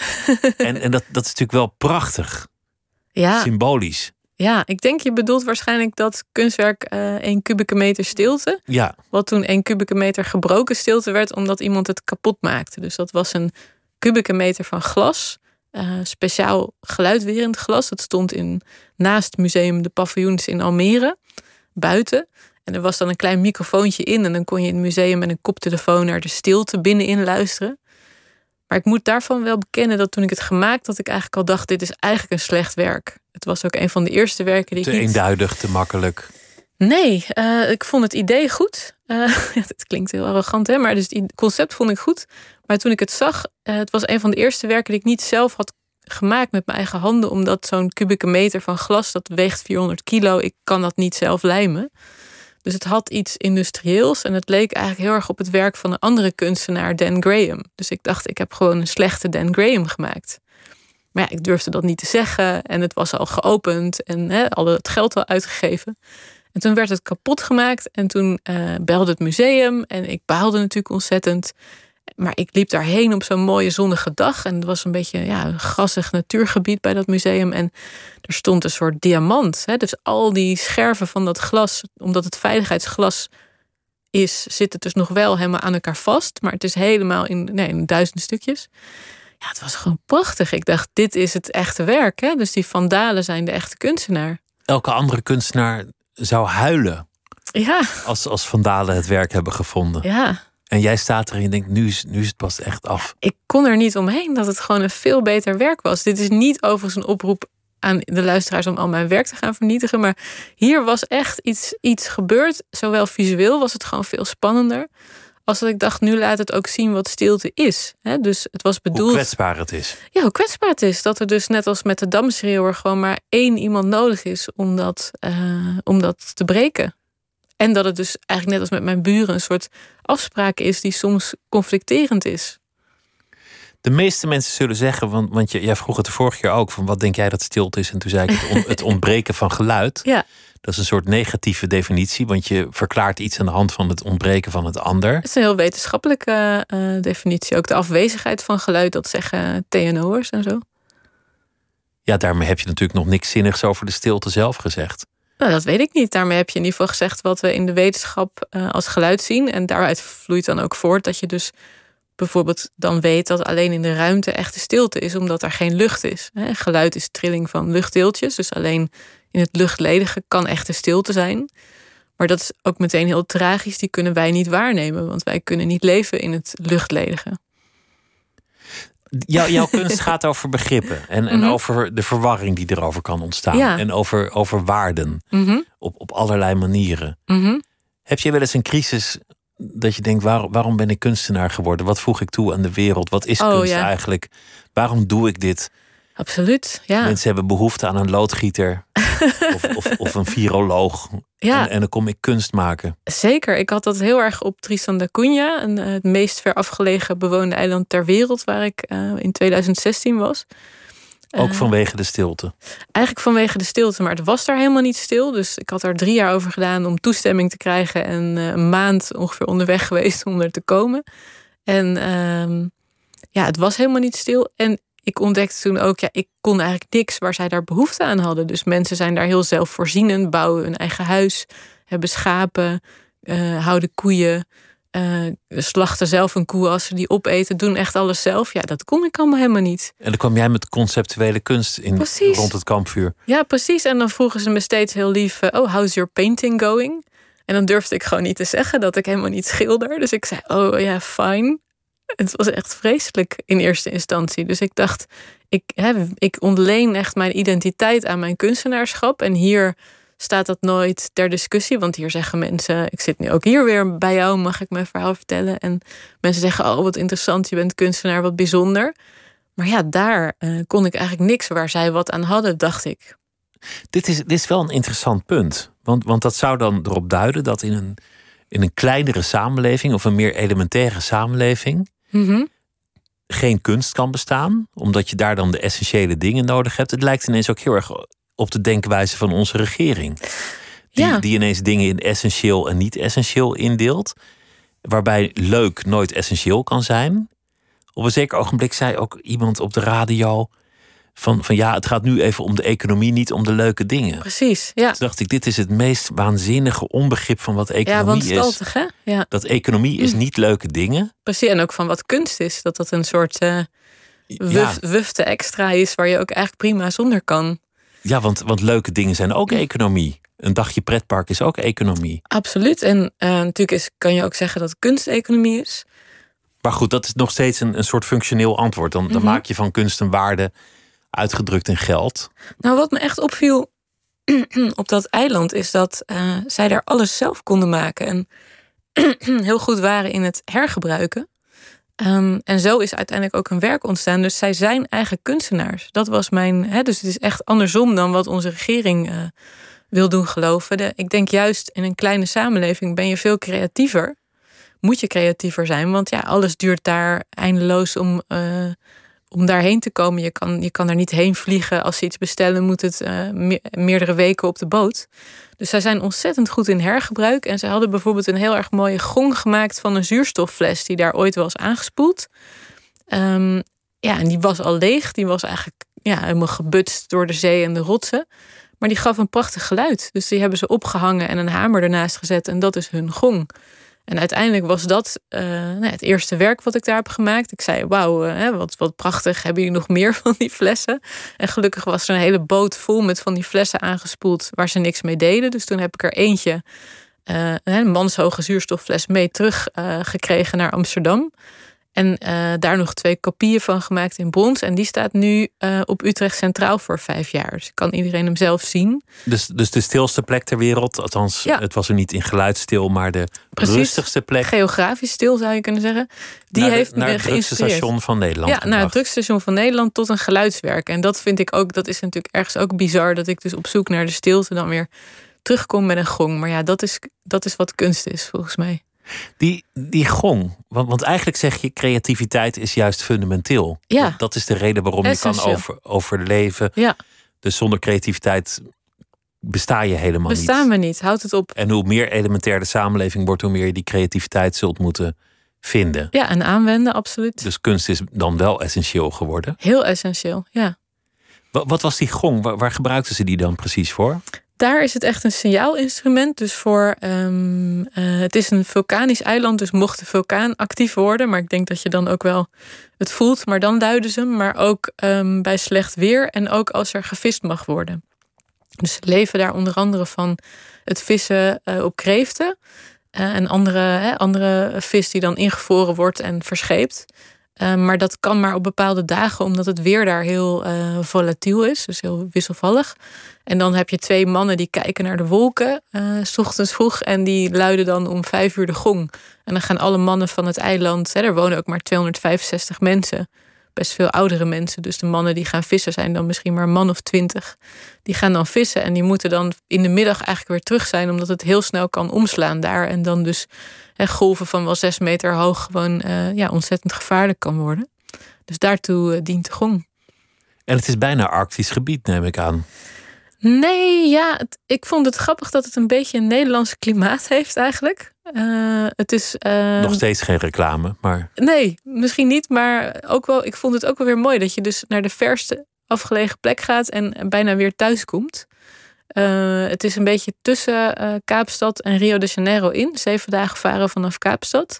en dat is natuurlijk wel prachtig. Ja. Symbolisch. Ja, ik denk je bedoelt waarschijnlijk dat kunstwerk 1 kubieke meter stilte. Ja. Wat toen 1 kubieke meter gebroken stilte werd omdat iemand het kapot maakte. Dus dat was een kubieke meter van glas. Speciaal geluidwerend glas. Dat stond naast Museum de Paviljoens in Almere. Buiten. En er was dan een klein microfoontje in. En dan kon je in het museum met een koptelefoon naar de stilte binnenin luisteren. Maar ik moet daarvan wel bekennen dat toen ik het gemaakt had, ik eigenlijk al dacht, dit is eigenlijk een slecht werk. Het was ook een van de eerste werken die te eenduidig, te makkelijk. Nee, ik vond het idee goed. Het klinkt heel arrogant, hè? Maar dus het concept vond ik goed. Maar toen ik het zag, het was een van de eerste werken die ik niet zelf had gemaakt met mijn eigen handen. Omdat zo'n kubieke meter van glas, dat weegt 400 kilo. Ik kan dat niet zelf lijmen. Dus het had iets industrieels. En het leek eigenlijk heel erg op het werk van een andere kunstenaar, Dan Graham. Dus ik dacht, ik heb gewoon een slechte Dan Graham gemaakt. Maar ja, ik durfde dat niet te zeggen. En het was al geopend en al het geld al uitgegeven. En toen werd het kapot gemaakt. En toen belde het museum. En ik baalde natuurlijk ontzettend. Maar ik liep daarheen op zo'n mooie zonnige dag. En het was een beetje een grassig natuurgebied bij dat museum. En er stond een soort diamant. Dus al die scherven van dat glas, omdat het veiligheidsglas is, zit het dus nog wel helemaal aan elkaar vast. Maar het is helemaal in 1000 stukjes. Ja, het was gewoon prachtig. Ik dacht, dit is het echte werk. Hè? Dus die vandalen zijn de echte kunstenaar. Elke andere kunstenaar zou huilen. Ja. Als vandalen het werk hebben gevonden. Ja. En jij staat er en je denkt, nu is het pas echt af. Ik kon er niet omheen dat het gewoon een veel beter werk was. Dit is niet overigens een oproep aan de luisteraars om al mijn werk te gaan vernietigen. Maar hier was echt iets gebeurd. Zowel visueel was het gewoon veel spannender. als dat ik dacht, nu laat het ook zien wat stilte is. Dus het was bedoeld... Hoe kwetsbaar het is. Ja, hoe kwetsbaar het is. Dat er dus net als met de damschreeuwer gewoon maar 1 iemand nodig is om dat te breken. En dat het dus eigenlijk net als met mijn buren een soort afspraak is die soms conflicterend is. De meeste mensen zullen zeggen, want jij vroeg het de vorige keer ook, van wat denk jij dat stilte is? En toen zei ik het ontbreken van geluid. Ja. Dat is een soort negatieve definitie, want je verklaart iets aan de hand van het ontbreken van het ander. Het is een heel wetenschappelijke definitie. Ook de afwezigheid van geluid, dat zeggen TNO'ers en zo. Ja, daarmee heb je natuurlijk nog niks zinnigs over de stilte zelf gezegd. Nou, dat weet ik niet. Daarmee heb je in ieder geval gezegd wat we in de wetenschap als geluid zien. En daaruit vloeit dan ook voort dat je dus bijvoorbeeld dan weet dat alleen in de ruimte echte stilte is, omdat er geen lucht is. Geluid is trilling van luchtdeeltjes, dus alleen in het luchtledige kan echte stilte zijn. Maar dat is ook meteen heel tragisch, die kunnen wij niet waarnemen, want wij kunnen niet leven in het luchtledige. Jouw kunst gaat over begrippen en over de verwarring die erover kan ontstaan. Ja. En over waarden op allerlei manieren. Heb je wel eens een crisis dat je denkt, waarom ben ik kunstenaar geworden? Wat voeg ik toe aan de wereld? Wat is kunst eigenlijk? Waarom doe ik dit? Absoluut, ja. Mensen hebben behoefte aan een loodgieter of een viroloog. Ja. En dan kom ik kunst maken. Zeker, ik had dat heel erg op Tristan da Cunha, het meest ver afgelegen bewoonde eiland ter wereld, waar ik in 2016 was. Ook vanwege de stilte? Eigenlijk vanwege de stilte, maar het was daar helemaal niet stil. Dus ik had er 3 jaar over gedaan om toestemming te krijgen en een maand ongeveer onderweg geweest om er te komen. En het was helemaal niet stil. En ik ontdekte toen ook, ik kon eigenlijk niks waar zij daar behoefte aan hadden. Dus mensen zijn daar heel zelfvoorzienend, bouwen hun eigen huis, hebben schapen, houden koeien, slachten zelf een koe als ze die opeten, doen echt alles zelf. Ja, dat kon ik allemaal helemaal niet. En dan kwam jij met conceptuele kunst rond het kampvuur. Ja, precies. En dan vroegen ze me steeds heel lief, how's your painting going? En dan durfde ik gewoon niet te zeggen dat ik helemaal niet schilder. Dus ik zei, fine. Het was echt vreselijk in eerste instantie. Dus ik dacht, ik ontleen echt mijn identiteit aan mijn kunstenaarschap. En hier staat dat nooit ter discussie. Want hier zeggen mensen, ik zit nu ook hier weer bij jou, mag ik mijn verhaal vertellen? En mensen zeggen, wat interessant, je bent kunstenaar, wat bijzonder. Maar ja, daar kon ik eigenlijk niks waar zij wat aan hadden, dacht ik. Dit is wel een interessant punt. Want dat zou dan erop duiden dat in een kleinere samenleving of een meer elementaire samenleving geen kunst kan bestaan, omdat je daar dan de essentiële dingen nodig hebt. Het lijkt ineens ook heel erg op de denkwijze van onze regering. Die ineens dingen in essentieel en niet essentieel indeelt. Waarbij leuk nooit essentieel kan zijn. Op een zeker ogenblik zei ook iemand op de radio van het gaat nu even om de economie, niet om de leuke dingen. Precies, ja. Toen dacht ik, dit is het meest waanzinnige onbegrip van wat economie is. Ja, wanstaltig, hè? Ja. Dat economie is niet leuke dingen. Precies, en ook van wat kunst is. Dat een soort wufte extra is waar je ook eigenlijk prima zonder kan. Ja, want leuke dingen zijn ook economie. Een dagje pretpark is ook economie. Absoluut. En natuurlijk kan je ook zeggen dat kunst economie is. Maar goed, dat is nog steeds een soort functioneel antwoord. Dan maak je van kunst een waarde uitgedrukt in geld. Nou, wat me echt opviel op dat eiland is dat zij daar alles zelf konden maken. En heel goed waren in het hergebruiken. En zo is uiteindelijk ook een werk ontstaan. Dus zij zijn eigen kunstenaars. Dat was mijn. Dus het is echt andersom dan wat onze regering wil doen geloven. Ik denk juist in een kleine samenleving ben je veel creatiever. Moet je creatiever zijn, want alles duurt daar eindeloos om daarheen te komen. Je kan daar niet heen vliegen. Als ze iets bestellen, moet het meerdere weken op de boot. Dus zij zijn ontzettend goed in hergebruik. En ze hadden bijvoorbeeld een heel erg mooie gong gemaakt van een zuurstoffles die daar ooit was aangespoeld. En die was al leeg. Die was eigenlijk helemaal gebutst door de zee en de rotsen. Maar die gaf een prachtig geluid. Dus die hebben ze opgehangen en een hamer ernaast gezet. En dat is hun gong. En uiteindelijk was dat het eerste werk wat ik daar heb gemaakt. Ik zei, wauw, wat prachtig. Hebben jullie nog meer van die flessen? En gelukkig was er een hele boot vol met van die flessen aangespoeld waar ze niks mee deden. Dus toen heb ik er eentje, een manshoge zuurstoffles, mee teruggekregen naar Amsterdam. En daar nog 2 kopieën van gemaakt in brons. En die staat nu op Utrecht Centraal voor 5 jaar. Dus kan iedereen hem zelf zien. Dus de stilste plek ter wereld. Althans, het was er niet in geluid stil, maar de rustigste plek. Geografisch stil zou je kunnen zeggen. Die heeft me het drukste station van Nederland. Ja, naar het drukste station van Nederland tot een geluidswerk. En dat vind ik ook, dat is natuurlijk ergens ook bizar. Dat ik dus op zoek naar de stilte dan weer terugkom met een gong. Maar ja, dat is wat kunst is, volgens mij. Die gong, want eigenlijk zeg je creativiteit is juist fundamenteel. Ja. Dat is de reden waarom Essentieel. je kan overleven. Ja. Dus zonder creativiteit besta je helemaal niet. Bestaan we niet, houd het op. En hoe meer elementair de samenleving wordt, hoe meer je die creativiteit zult moeten vinden. Ja, en aanwenden, absoluut. Dus kunst is dan wel essentieel geworden. Heel essentieel, ja. Wat was die gong? Waar gebruikten ze die dan precies voor? Daar is het echt een signaalinstrument. Dus het is een vulkanisch eiland, dus mocht de vulkaan actief worden, maar ik denk dat je dan ook wel het voelt, maar dan duiden ze hem. Maar ook bij slecht weer en ook als er gevist mag worden. Dus ze leven daar onder andere van het vissen op kreeften en andere vis die dan ingevroren wordt en verscheept. Maar dat kan maar op bepaalde dagen, omdat het weer daar heel volatiel is, dus heel wisselvallig. En dan heb je 2 mannen die kijken naar de wolken, 's ochtends vroeg, en die luiden dan om 5 uur de gong. En dan gaan alle mannen van het eiland, er wonen ook maar 265 mensen, best veel oudere mensen. Dus de mannen die gaan vissen zijn dan misschien maar een man of 20. Die gaan dan vissen en die moeten dan in de middag eigenlijk weer terug zijn, omdat het heel snel kan omslaan daar. En dan dus golven van wel 6 meter hoog gewoon ontzettend gevaarlijk kan worden. Dus daartoe dient de gong. En het is bijna Arctisch gebied, neem ik aan. Nee, ja, ik vond het grappig dat het een beetje een Nederlands klimaat heeft eigenlijk. Het is nog steeds geen reclame, maar... Nee, misschien niet, maar ook wel, ik vond het ook wel weer mooi dat je dus naar de verste afgelegen plek gaat en bijna weer thuis komt. Het is een beetje tussen Kaapstad en Rio de Janeiro in. 7 dagen varen vanaf Kaapstad.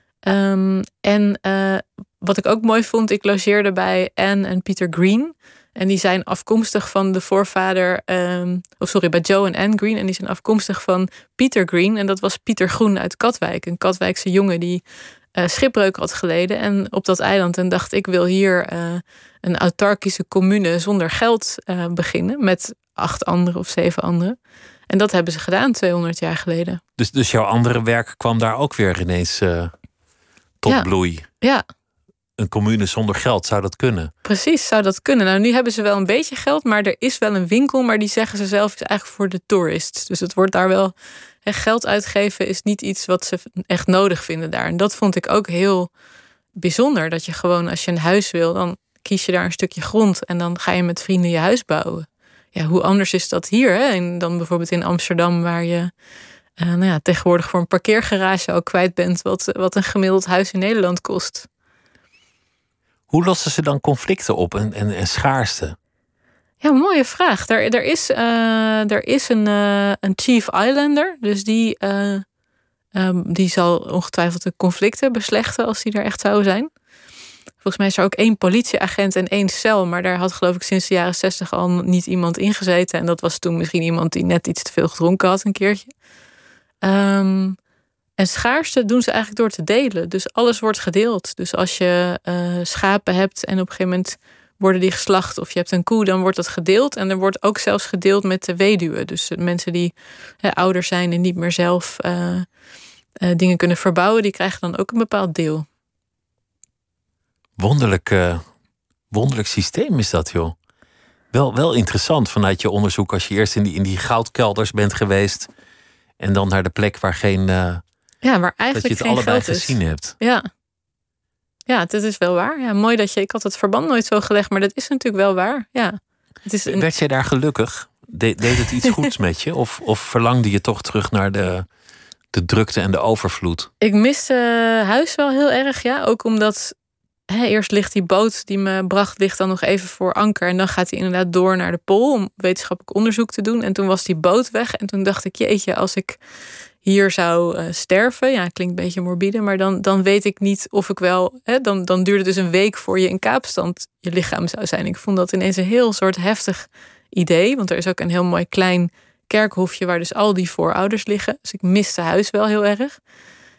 Wat ik ook mooi vond, ik logeerde bij Anne en Peter Green. En die zijn afkomstig van de voorvader... bij Joe en Anne Green. En die zijn afkomstig van Peter Green. En dat was Pieter Groen uit Katwijk. Een Katwijkse jongen die schipbreuk had geleden. En op dat eiland. En dacht, ik wil hier een autarkische commune zonder geld beginnen. Met 8 anderen of 7 anderen. En dat hebben ze gedaan 200 jaar geleden. Dus jouw andere werk kwam daar ook weer ineens tot bloei? Ja. Een commune zonder geld, zou dat kunnen? Precies, zou dat kunnen. Nou, nu hebben ze wel een beetje geld, maar er is wel een winkel, maar die zeggen ze zelf is eigenlijk voor de tourists. Dus het wordt daar wel... geld uitgeven is niet iets wat ze echt nodig vinden daar. En dat vond ik ook heel bijzonder. Dat je gewoon, als je een huis wil, dan kies je daar een stukje grond en dan ga je met vrienden je huis bouwen. Ja, hoe anders is dat hier? Hè? En dan bijvoorbeeld in Amsterdam, waar je tegenwoordig voor een parkeergarage ook kwijt bent wat een gemiddeld huis in Nederland kost. Hoe lossen ze dan conflicten op en schaarste? Ja, mooie vraag. Er is een chief islander. Dus die zal ongetwijfeld de conflicten beslechten als die er echt zou zijn. Volgens mij is er ook 1 politieagent en 1 cel. Maar daar had geloof ik sinds de jaren 60 al niet iemand ingezeten. En dat was toen misschien iemand die net iets te veel gedronken had een keertje. En schaarste doen ze eigenlijk door te delen. Dus alles wordt gedeeld. Dus als je schapen hebt en op een gegeven moment worden die geslacht, of je hebt een koe, dan wordt dat gedeeld. En er wordt ook zelfs gedeeld met de weduwen. Dus mensen die ouder zijn en niet meer zelf dingen kunnen verbouwen, die krijgen dan ook een bepaald deel. Wonderlijk systeem is dat, joh. Wel interessant vanuit je onderzoek, als je eerst in die goudkelders bent geweest en dan naar de plek waar waar eigenlijk dat je het geen allebei geld is. gezien hebt. Ja, dat is wel waar. Ja, mooi dat ik had het verband nooit zo gelegd, maar dat is natuurlijk wel waar. Ja. Werd jij daar gelukkig? Deed het iets goeds met je? Of verlangde je toch terug naar de drukte en de overvloed? Ik miste huis wel heel erg, ja. Ook omdat eerst ligt die boot die me bracht, ligt dan nog even voor anker. En dan gaat hij inderdaad door naar de Pool om wetenschappelijk onderzoek te doen. En toen was die boot weg. En toen dacht ik, jeetje, als ik hier zou sterven, ja, klinkt een beetje morbide, maar dan weet ik niet of ik wel, dan duurde het dus een week voor je in Kaapstand je lichaam zou zijn. Ik vond dat ineens een heel soort heftig idee, want er is ook een heel mooi klein kerkhofje waar dus al die voorouders liggen. Dus ik miste huis wel heel erg.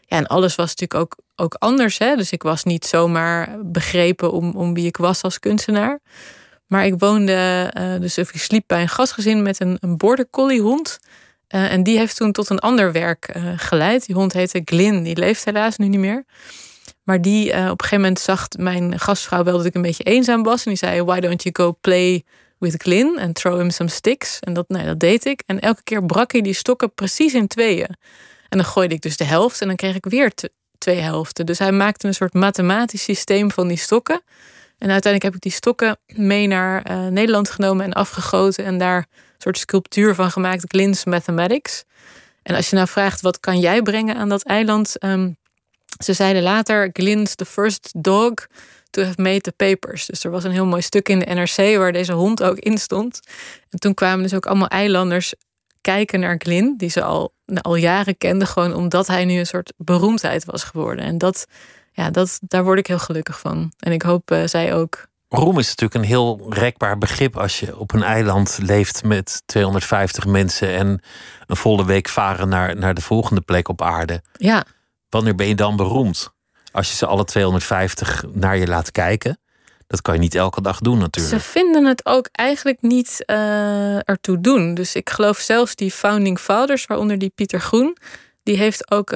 en alles was natuurlijk ook anders. Hè? Dus ik was niet zomaar begrepen om wie ik was als kunstenaar. Maar ik woonde, ik sliep bij een gastgezin met een border collie hond. En die heeft toen tot een ander werk geleid. Die hond heette Glyn, die leeft helaas nu niet meer. Maar die op een gegeven moment zag mijn gastvrouw wel dat ik een beetje eenzaam was. En die zei, why don't you go play with Glyn and throw him some sticks? En dat deed ik. En elke keer brak hij die stokken precies in tweeën. En dan gooide ik dus de helft en dan kreeg ik weer 2 helften. Dus hij maakte een soort mathematisch systeem van die stokken. En uiteindelijk heb ik die stokken mee naar Nederland genomen en afgegoten. En daar een soort sculptuur van gemaakt, Glyn's Mathematics. En als je nou vraagt, wat kan jij brengen aan dat eiland? Ze zeiden later, Glyn's the first dog to have made the papers. Dus er was een heel mooi stuk in de NRC waar deze hond ook in stond. En toen kwamen dus ook allemaal eilanders kijken naar Glyn, die ze al jaren kenden, gewoon omdat hij nu een soort beroemdheid was geworden. En daar word ik heel gelukkig van. En ik hoop zij ook. Roem is natuurlijk een heel rekbaar begrip als je op een eiland leeft met 250 mensen en een volle week varen naar de volgende plek op aarde. Ja. Wanneer ben je dan beroemd? Als je ze alle 250 naar je laat kijken. Dat kan je niet elke dag doen natuurlijk. Ze vinden het ook eigenlijk niet ertoe doen. Dus ik geloof zelfs die founding fathers, waaronder die Pieter Groen, die heeft ook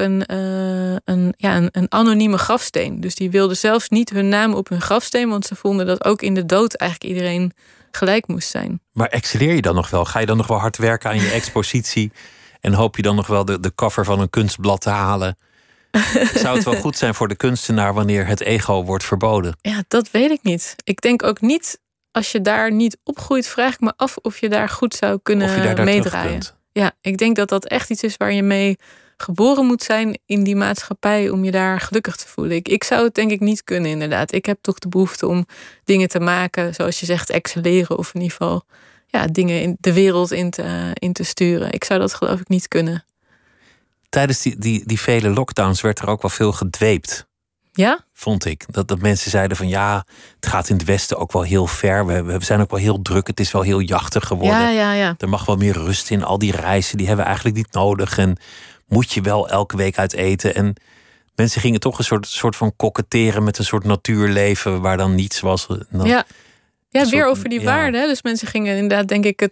een anonieme grafsteen. Dus die wilden zelfs niet hun naam op hun grafsteen, want ze vonden dat ook in de dood eigenlijk iedereen gelijk moest zijn. Maar excelleer je dan nog wel? Ga je dan nog wel hard werken aan je expositie en hoop je dan nog wel de cover van een kunstblad te halen? Zou het wel goed zijn voor de kunstenaar wanneer het ego wordt verboden? Ja, dat weet ik niet. Ik denk ook niet, als je daar niet opgroeit, vraag ik me af of je daar goed zou kunnen meedraaien. Ja, ik denk dat dat echt iets is waar je mee geboren moet zijn in die maatschappij om je daar gelukkig te voelen. Ik zou het denk ik niet kunnen, inderdaad. Ik heb toch de behoefte om dingen te maken, zoals je zegt, excelleren, of in ieder geval dingen in de wereld in te sturen. Ik zou dat geloof ik niet kunnen. Tijdens die vele lockdowns werd er ook wel veel gedweept. Ja? Vond ik. Dat mensen zeiden van het gaat in het Westen ook wel heel ver. We zijn ook wel heel druk. Het is wel heel jachtig geworden. Ja. Er mag wel meer rust in. Al die reizen, die hebben we eigenlijk niet nodig. En moet je wel elke week uit eten. En mensen gingen toch een soort van koketteren met een soort natuurleven waar dan niets was. Weer over die waarden. Dus mensen gingen inderdaad, denk ik,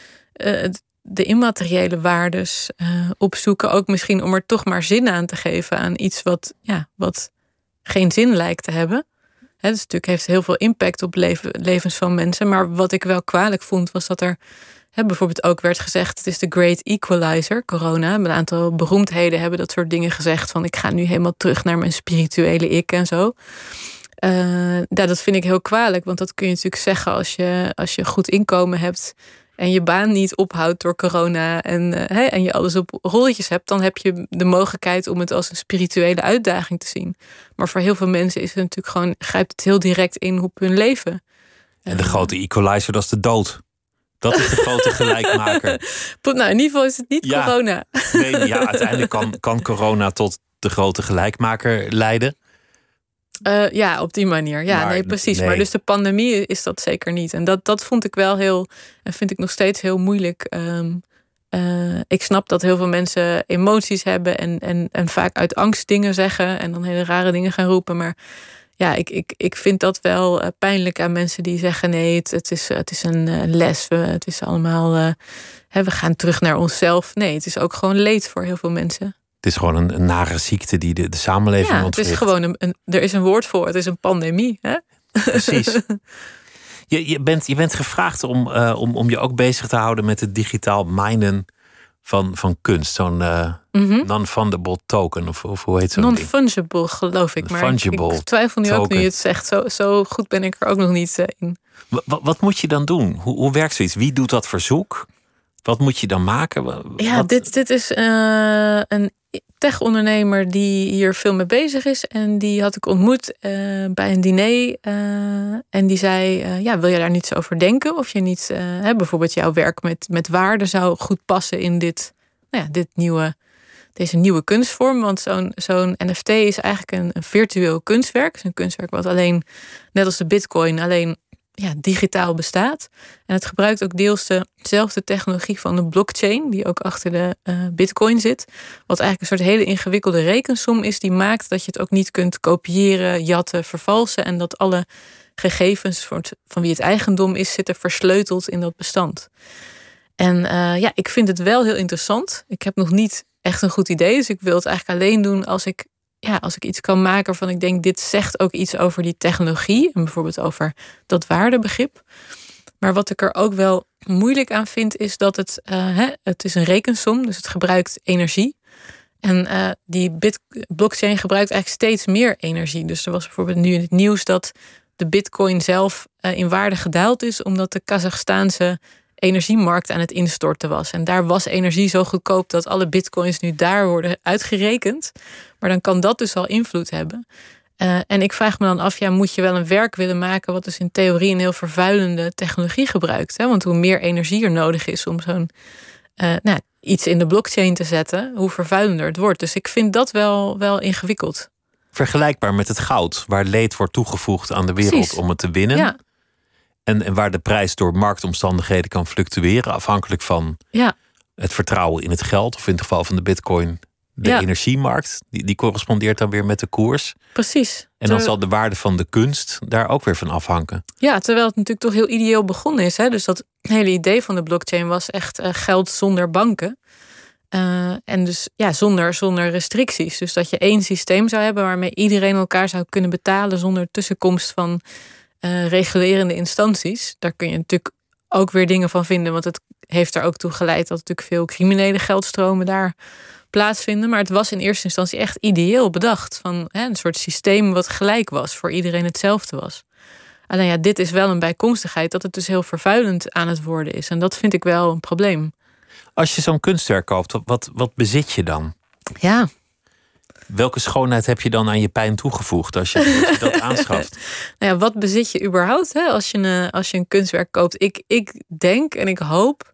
de immateriële waardes opzoeken. Ook misschien om er toch maar zin aan te geven aan iets wat geen zin lijkt te hebben. Dus natuurlijk heeft heel veel impact op levens van mensen. Maar wat ik wel kwalijk vond, was dat er bijvoorbeeld ook werd gezegd, het is de great equalizer, corona. Een aantal beroemdheden hebben dat soort dingen gezegd, van ik ga nu helemaal terug naar mijn spirituele ik en zo. Dat vind ik heel kwalijk, want dat kun je natuurlijk zeggen als je goed inkomen hebt en je baan niet ophoudt door corona en je alles op rolletjes hebt, dan heb je de mogelijkheid om het als een spirituele uitdaging te zien. Maar voor heel veel mensen is het natuurlijk gewoon, grijpt het heel direct in op hun leven. En de grote equalizer, dat is de dood. Dat is de grote gelijkmaker. In ieder geval is het niet corona. Nee, uiteindelijk kan corona tot de grote gelijkmaker leiden. Op die manier. Ja, precies. Nee. Maar dus de pandemie is dat zeker niet. En dat vond ik wel en vind ik nog steeds heel moeilijk. Ik snap dat heel veel mensen emoties hebben en vaak uit angst dingen zeggen en dan hele rare dingen gaan roepen. Maar ik vind dat wel pijnlijk aan mensen die zeggen nee, het is een les. Het is allemaal, we gaan terug naar onszelf. Nee, het is ook gewoon leed voor heel veel mensen. Het is gewoon een nare ziekte die de samenleving ontwricht. Het is gewoon er is een woord voor. Het is een pandemie. Hè? Precies. Je bent gevraagd om je ook bezig te houden met het digitaal minen van kunst. Zo'n non-fungible token. Of hoe heet zo'n non-fungible, geloof ik. Maar ik twijfel nu token. Ook nu je het zegt. Zo goed ben ik er ook nog niet in. Wat moet je dan doen? Hoe werkt zoiets? Wie doet dat verzoek? Wat moet je dan maken? Dit is een tech-ondernemer die hier veel mee bezig is. En die had ik ontmoet bij een diner. En die zei, wil je daar niets over denken? Of je niet, bijvoorbeeld jouw werk met waarden zou goed passen in deze nieuwe kunstvorm. Want zo'n NFT is eigenlijk een virtueel kunstwerk. Het is een kunstwerk wat alleen, net als de Bitcoin, alleen digitaal bestaat. En het gebruikt ook deels dezelfde technologie van de blockchain, die ook achter de Bitcoin zit. Wat eigenlijk een soort hele ingewikkelde rekensom is, die maakt dat je het ook niet kunt kopiëren, jatten, vervalsen. En dat alle gegevens van wie het eigendom is, zitten versleuteld in dat bestand. En ik vind het wel heel interessant. Ik heb nog niet echt een goed idee, dus ik wil het eigenlijk alleen doen als ik iets kan maken waarvan ik denk, dit zegt ook iets over die technologie en bijvoorbeeld over dat waardebegrip. Maar wat ik er ook wel moeilijk aan vind, is dat het is een rekensom, dus het gebruikt energie. En die blockchain gebruikt eigenlijk steeds meer energie. Dus er was bijvoorbeeld nu in het nieuws dat de Bitcoin zelf in waarde gedaald is, omdat de Kazachstaanse energiemarkt aan het instorten was. En daar was energie zo goedkoop dat alle bitcoins nu daar worden uitgerekend. Maar dan kan dat dus al invloed hebben. En ik vraag me dan af, moet je wel een werk willen maken wat dus in theorie een heel vervuilende technologie gebruikt? Hè? Want hoe meer energie er nodig is om zo'n iets in de blockchain te zetten, hoe vervuilender het wordt. Dus ik vind dat wel ingewikkeld. Vergelijkbaar met het goud, waar leed wordt toegevoegd aan de wereld. Precies. Om het te winnen. Ja. En waar de prijs door marktomstandigheden kan fluctueren, afhankelijk van het vertrouwen in het geld, of in het geval van de Bitcoin, de energiemarkt, die correspondeert dan weer met de koers. Precies. En dan zal de waarde van de kunst daar ook weer van afhangen. Ja, terwijl het natuurlijk toch heel ideeel begonnen is. Hè? Dus dat hele idee van de blockchain was echt geld zonder banken. En dus zonder restricties. Dus dat je één systeem zou hebben waarmee iedereen elkaar zou kunnen betalen zonder tussenkomst van regulerende instanties. Daar kun je natuurlijk ook weer dingen van vinden, want het heeft er ook toe geleid dat natuurlijk veel criminele geldstromen daar plaatsvinden. Maar het was in eerste instantie echt ideeel bedacht. Van een soort systeem wat gelijk was, voor iedereen hetzelfde was. Alleen dit is wel een bijkomstigheid dat het dus heel vervuilend aan het worden is. En dat vind ik wel een probleem. Als je zo'n kunstwerk koopt, wat bezit je dan? Ja. Welke schoonheid heb je dan aan je pijn toegevoegd als je dat aanschaft? Wat bezit je überhaupt als je een kunstwerk koopt? Ik denk en ik hoop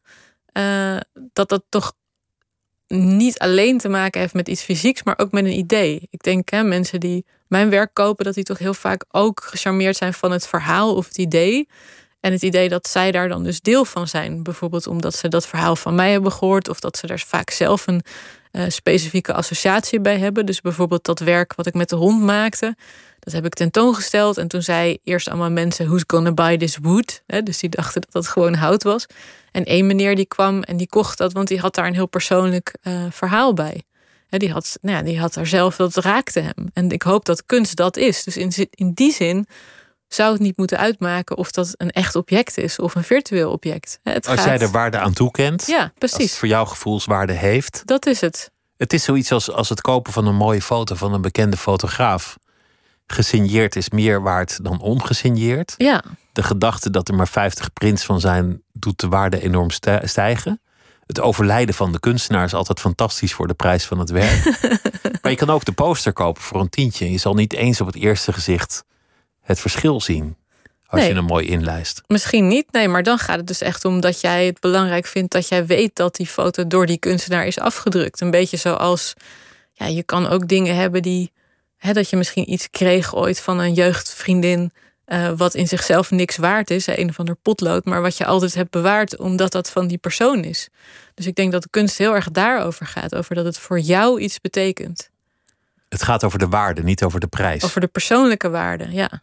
dat toch niet alleen te maken heeft met iets fysieks, maar ook met een idee. Ik denk mensen die mijn werk kopen, dat die toch heel vaak ook gecharmeerd zijn van het verhaal of het idee. En het idee dat zij daar dan dus deel van zijn. Bijvoorbeeld omdat ze dat verhaal van mij hebben gehoord, of dat ze daar vaak zelf een specifieke associatie bij hebben. Dus bijvoorbeeld dat werk wat ik met de hond maakte, dat heb ik tentoongesteld. En toen zei eerst allemaal mensen, who's gonna buy this wood? Dus die dachten dat dat gewoon hout was. En één meneer die kwam en die kocht dat, want die had daar een heel persoonlijk verhaal bij. Die had daar zelf, dat raakte hem. En ik hoop dat kunst dat is. Dus in die zin zou het niet moeten uitmaken of dat een echt object is of een virtueel object. Als jij er waarde aan toekent, ja, precies. Als het voor jou gevoelswaarde heeft. Dat is het. Het is zoiets als het kopen van een mooie foto van een bekende fotograaf. Gesigneerd is meer waard dan ongesigneerd. Ja. De gedachte dat er maar 50 prints van zijn, doet de waarde enorm stijgen. Het overlijden van de kunstenaar is altijd fantastisch voor de prijs van het werk. Maar je kan ook de poster kopen voor een tientje. Je zal niet eens op het eerste gezicht het verschil zien als je hem mooi inlijst. Misschien niet, nee, maar dan gaat het dus echt om dat jij het belangrijk vindt dat jij weet dat die foto door die kunstenaar is afgedrukt. Een beetje zoals, je kan ook dingen hebben die, dat je misschien iets kreeg ooit van een jeugdvriendin, wat in zichzelf niks waard is, een of ander potlood, maar wat je altijd hebt bewaard omdat dat van die persoon is. Dus ik denk dat de kunst heel erg daarover gaat, over dat het voor jou iets betekent. Het gaat over de waarde, niet over de prijs. Over de persoonlijke waarde, ja.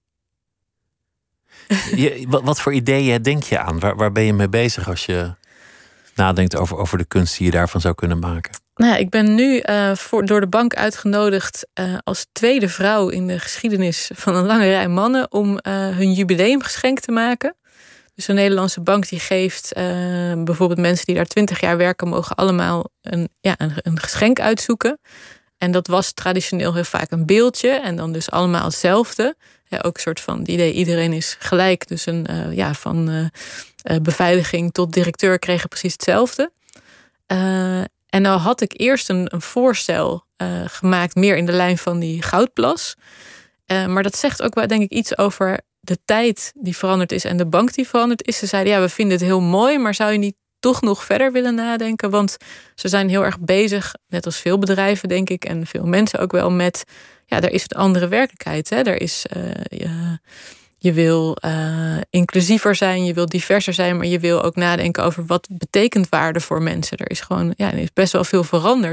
Wat voor ideeën denk je aan? Waar ben je mee bezig als je nadenkt over de kunst die je daarvan zou kunnen maken? Ik ben nu door de bank uitgenodigd als tweede vrouw in de geschiedenis van een lange rij mannen om hun jubileumgeschenk te maken. Dus een Nederlandse bank die geeft bijvoorbeeld mensen die daar 20 jaar werken, mogen allemaal een geschenk uitzoeken. En dat was traditioneel heel vaak een beeldje en dan dus allemaal hetzelfde. Ook een soort van het idee, iedereen is gelijk. Dus van beveiliging tot directeur kregen precies hetzelfde. En nou had ik eerst een voorstel gemaakt, meer in de lijn van die goudplas. Maar dat zegt ook wel, denk ik, iets over de tijd die veranderd is en de bank die veranderd is. Ze zeiden, we vinden het heel mooi, maar zou je niet toch nog verder willen nadenken? Want ze zijn heel erg bezig, net als veel bedrijven, denk ik, en veel mensen ook wel, met er is een andere werkelijkheid. Hè? Er is Je wil inclusiever zijn, je wil diverser zijn, maar je wil ook nadenken over wat betekent waarde voor mensen. Er is gewoon, er is best wel veel veranderd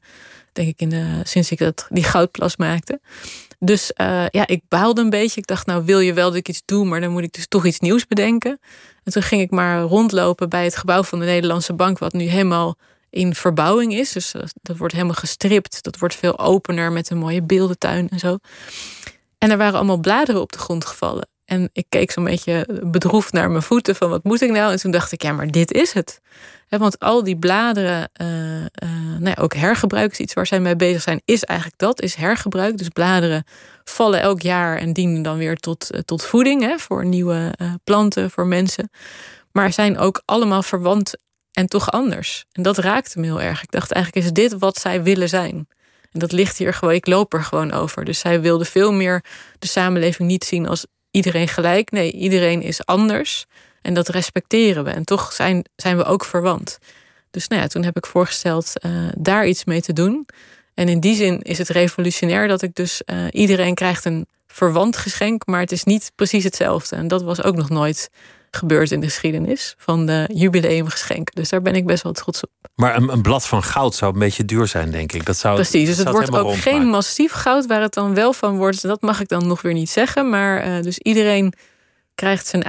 sinds ik die goudplas maakte. Dus ik baalde een beetje. Ik dacht, nou wil je wel dat ik iets doe, maar dan moet ik dus toch iets nieuws bedenken. En toen ging ik maar rondlopen bij het gebouw van de Nederlandse Bank, wat nu helemaal in verbouwing is. Dus dat wordt helemaal gestript. Dat wordt veel opener met een mooie beeldentuin en zo. En er waren allemaal bladeren op de grond gevallen. En ik keek zo'n beetje bedroefd naar mijn voeten van wat moet ik nou? En toen dacht ik, ja, maar dit is het. Want al die bladeren, ook hergebruik is iets waar zij mee bezig zijn, is eigenlijk is hergebruik. Dus bladeren vallen elk jaar en dienen dan weer tot voeding, voor nieuwe planten, voor mensen. Maar zijn ook allemaal verwant en toch anders. En dat raakte me heel erg. Ik dacht, eigenlijk is dit wat zij willen zijn. En dat ligt hier gewoon, ik loop er gewoon over. Dus zij wilde veel meer de samenleving niet zien als iedereen gelijk. Nee, iedereen is anders. En dat respecteren we. En toch zijn we ook verwant. Dus toen heb ik voorgesteld daar iets mee te doen. En in die zin is het revolutionair dat ik dus iedereen krijgt een verwant geschenk, maar het is niet precies hetzelfde. En dat was ook nog nooit gebeurd in de geschiedenis van de jubileumgeschenken. Dus daar ben ik best wel trots op. Maar een blad van goud zou een beetje duur zijn, denk ik. Precies, dus het wordt ook geen massief goud waar het dan wel van wordt. Dat mag ik dan nog weer niet zeggen. Maar dus iedereen krijgt zijn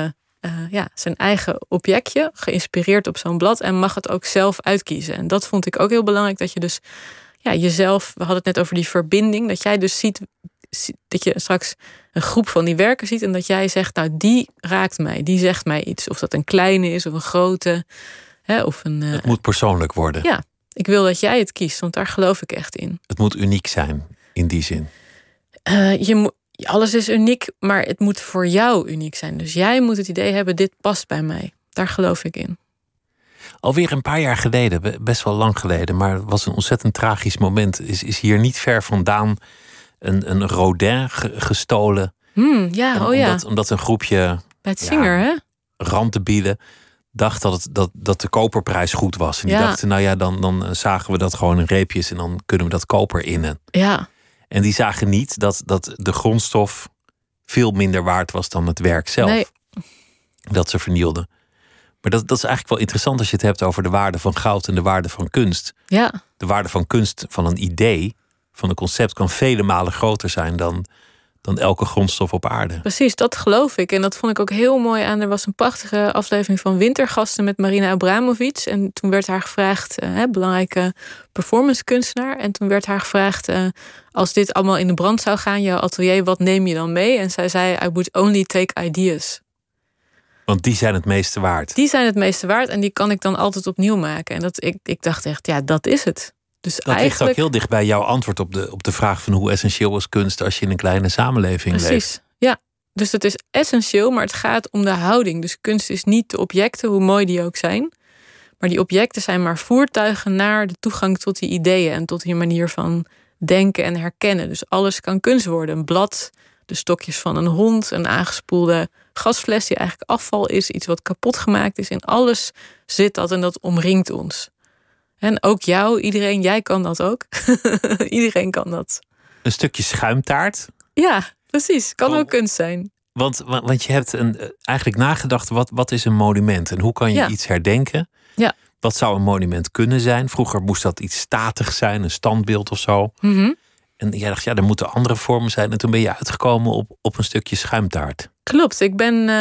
eigen objectje, geïnspireerd op zo'n blad, en mag het ook zelf uitkiezen. En dat vond ik ook heel belangrijk, dat je dus jezelf, we hadden het net over die verbinding, dat jij dus ziet, dat je straks een groep van die werken ziet en dat jij zegt, nou, die raakt mij, die zegt mij iets. Of dat een kleine is of een grote. Het moet persoonlijk worden. Ja, ik wil dat jij het kiest, want daar geloof ik echt in. Het moet uniek zijn, in die zin. Alles is uniek, maar het moet voor jou uniek zijn. Dus jij moet het idee hebben, dit past bij mij. Daar geloof ik in. Alweer een paar jaar geleden, best wel lang geleden, maar het was een ontzettend tragisch moment. Is hier niet ver vandaan een Rodin gestolen. Omdat een groepje bij het Singer, randdebielen dacht dat de koperprijs goed was. En die dachten, dan zagen we dat gewoon in reepjes en dan kunnen we dat koper innen. Ja. En die zagen niet dat de grondstof veel minder waard was dan het werk zelf. Nee. Dat ze vernielden. Maar dat is eigenlijk wel interessant als je het hebt over de waarde van goud en de waarde van kunst. Ja. De waarde van kunst, van een idee, van een concept, kan vele malen groter zijn dan elke grondstof op aarde. Precies, dat geloof ik. En dat vond ik ook heel mooi aan. Er was een prachtige aflevering van Wintergasten met Marina Abramovic. En toen werd haar gevraagd, belangrijke performancekunstenaar. En toen werd haar gevraagd, als dit allemaal in de brand zou gaan, jouw atelier, wat neem je dan mee? En zij zei, I would only take ideas. Want die zijn het meeste waard. Die zijn het meeste waard en die kan ik dan altijd opnieuw maken. En ik dacht echt, dat is het. Dus dat ligt ook heel dicht bij jouw antwoord op de vraag van hoe essentieel is kunst als je in een kleine samenleving leeft. Precies, ja. Dus het is essentieel, maar het gaat om de houding. Dus kunst is niet de objecten, hoe mooi die ook zijn. Maar die objecten zijn maar voertuigen naar de toegang tot die ideeën en tot die manier van denken en herkennen. Dus alles kan kunst worden. Een blad, de stokjes van een hond, een aangespoelde gasfles die eigenlijk afval is, iets wat kapot gemaakt is. In alles zit dat en dat omringt ons. En ook iedereen, jij kan dat ook. Iedereen kan dat. Een stukje schuimtaart. Ja, precies. Kan ook kunst zijn. Want je hebt eigenlijk nagedacht, wat is een monument? En hoe kan je iets herdenken? Ja. Wat zou een monument kunnen zijn? Vroeger moest dat iets statigs zijn, een standbeeld of zo. Mm-hmm. En jij dacht, er moeten andere vormen zijn. En toen ben je uitgekomen op een stukje schuimtaart. Klopt. Ik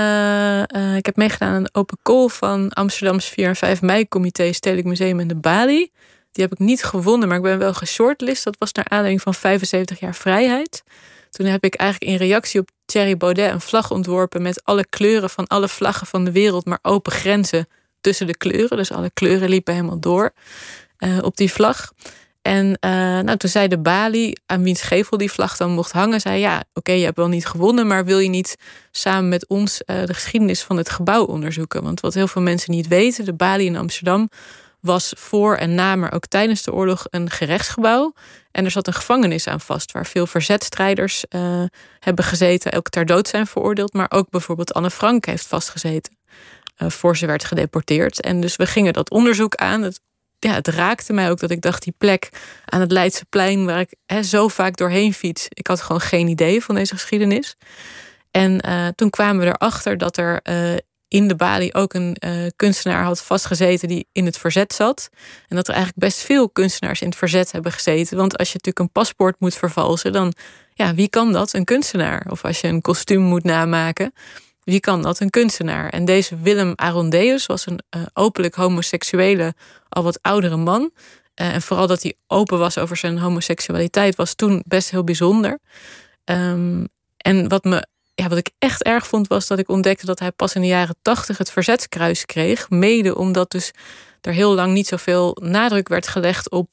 heb meegedaan aan een open call van Amsterdams 4 en 5 mei-comité Stedelijk Museum en de Bali. Die heb ik niet gewonnen, maar ik ben wel geshortlist. Dat was naar aanleiding van 75 jaar vrijheid. Toen heb ik eigenlijk in reactie op Thierry Baudet een vlag ontworpen met alle kleuren van alle vlaggen van de wereld, maar open grenzen tussen de kleuren. Dus alle kleuren liepen helemaal door op die vlag. En toen zei de Bali, aan wiens gevel die vlag dan mocht hangen, zei oké, je hebt wel niet gewonnen, maar wil je niet samen met ons de geschiedenis van het gebouw onderzoeken? Want wat heel veel mensen niet weten, de Bali in Amsterdam was voor en na, maar ook tijdens de oorlog een gerechtsgebouw. En er zat een gevangenis aan vast, waar veel verzetstrijders hebben gezeten, ook ter dood zijn veroordeeld, maar ook bijvoorbeeld Anne Frank heeft vastgezeten voor ze werd gedeporteerd. En dus we gingen dat onderzoek aan. Het raakte mij ook dat ik dacht, die plek aan het Leidseplein, waar ik zo vaak doorheen fiets, ik had gewoon geen idee van deze geschiedenis. En toen kwamen we erachter dat er in de balie ook een kunstenaar had vastgezeten die in het verzet zat. En dat er eigenlijk best veel kunstenaars in het verzet hebben gezeten. Want als je natuurlijk een paspoort moet vervalsen, dan wie kan dat? Een kunstenaar. Of als je een kostuum moet namaken, wie kan dat? Een kunstenaar. En deze Willem Arondeus was een openlijk homoseksuele, al wat oudere man. En vooral dat hij open was over zijn homoseksualiteit was toen best heel bijzonder. En wat ik echt erg vond, was dat ik ontdekte dat hij pas in de jaren 80 het Verzetskruis kreeg. Mede omdat dus er heel lang niet zoveel nadruk werd gelegd op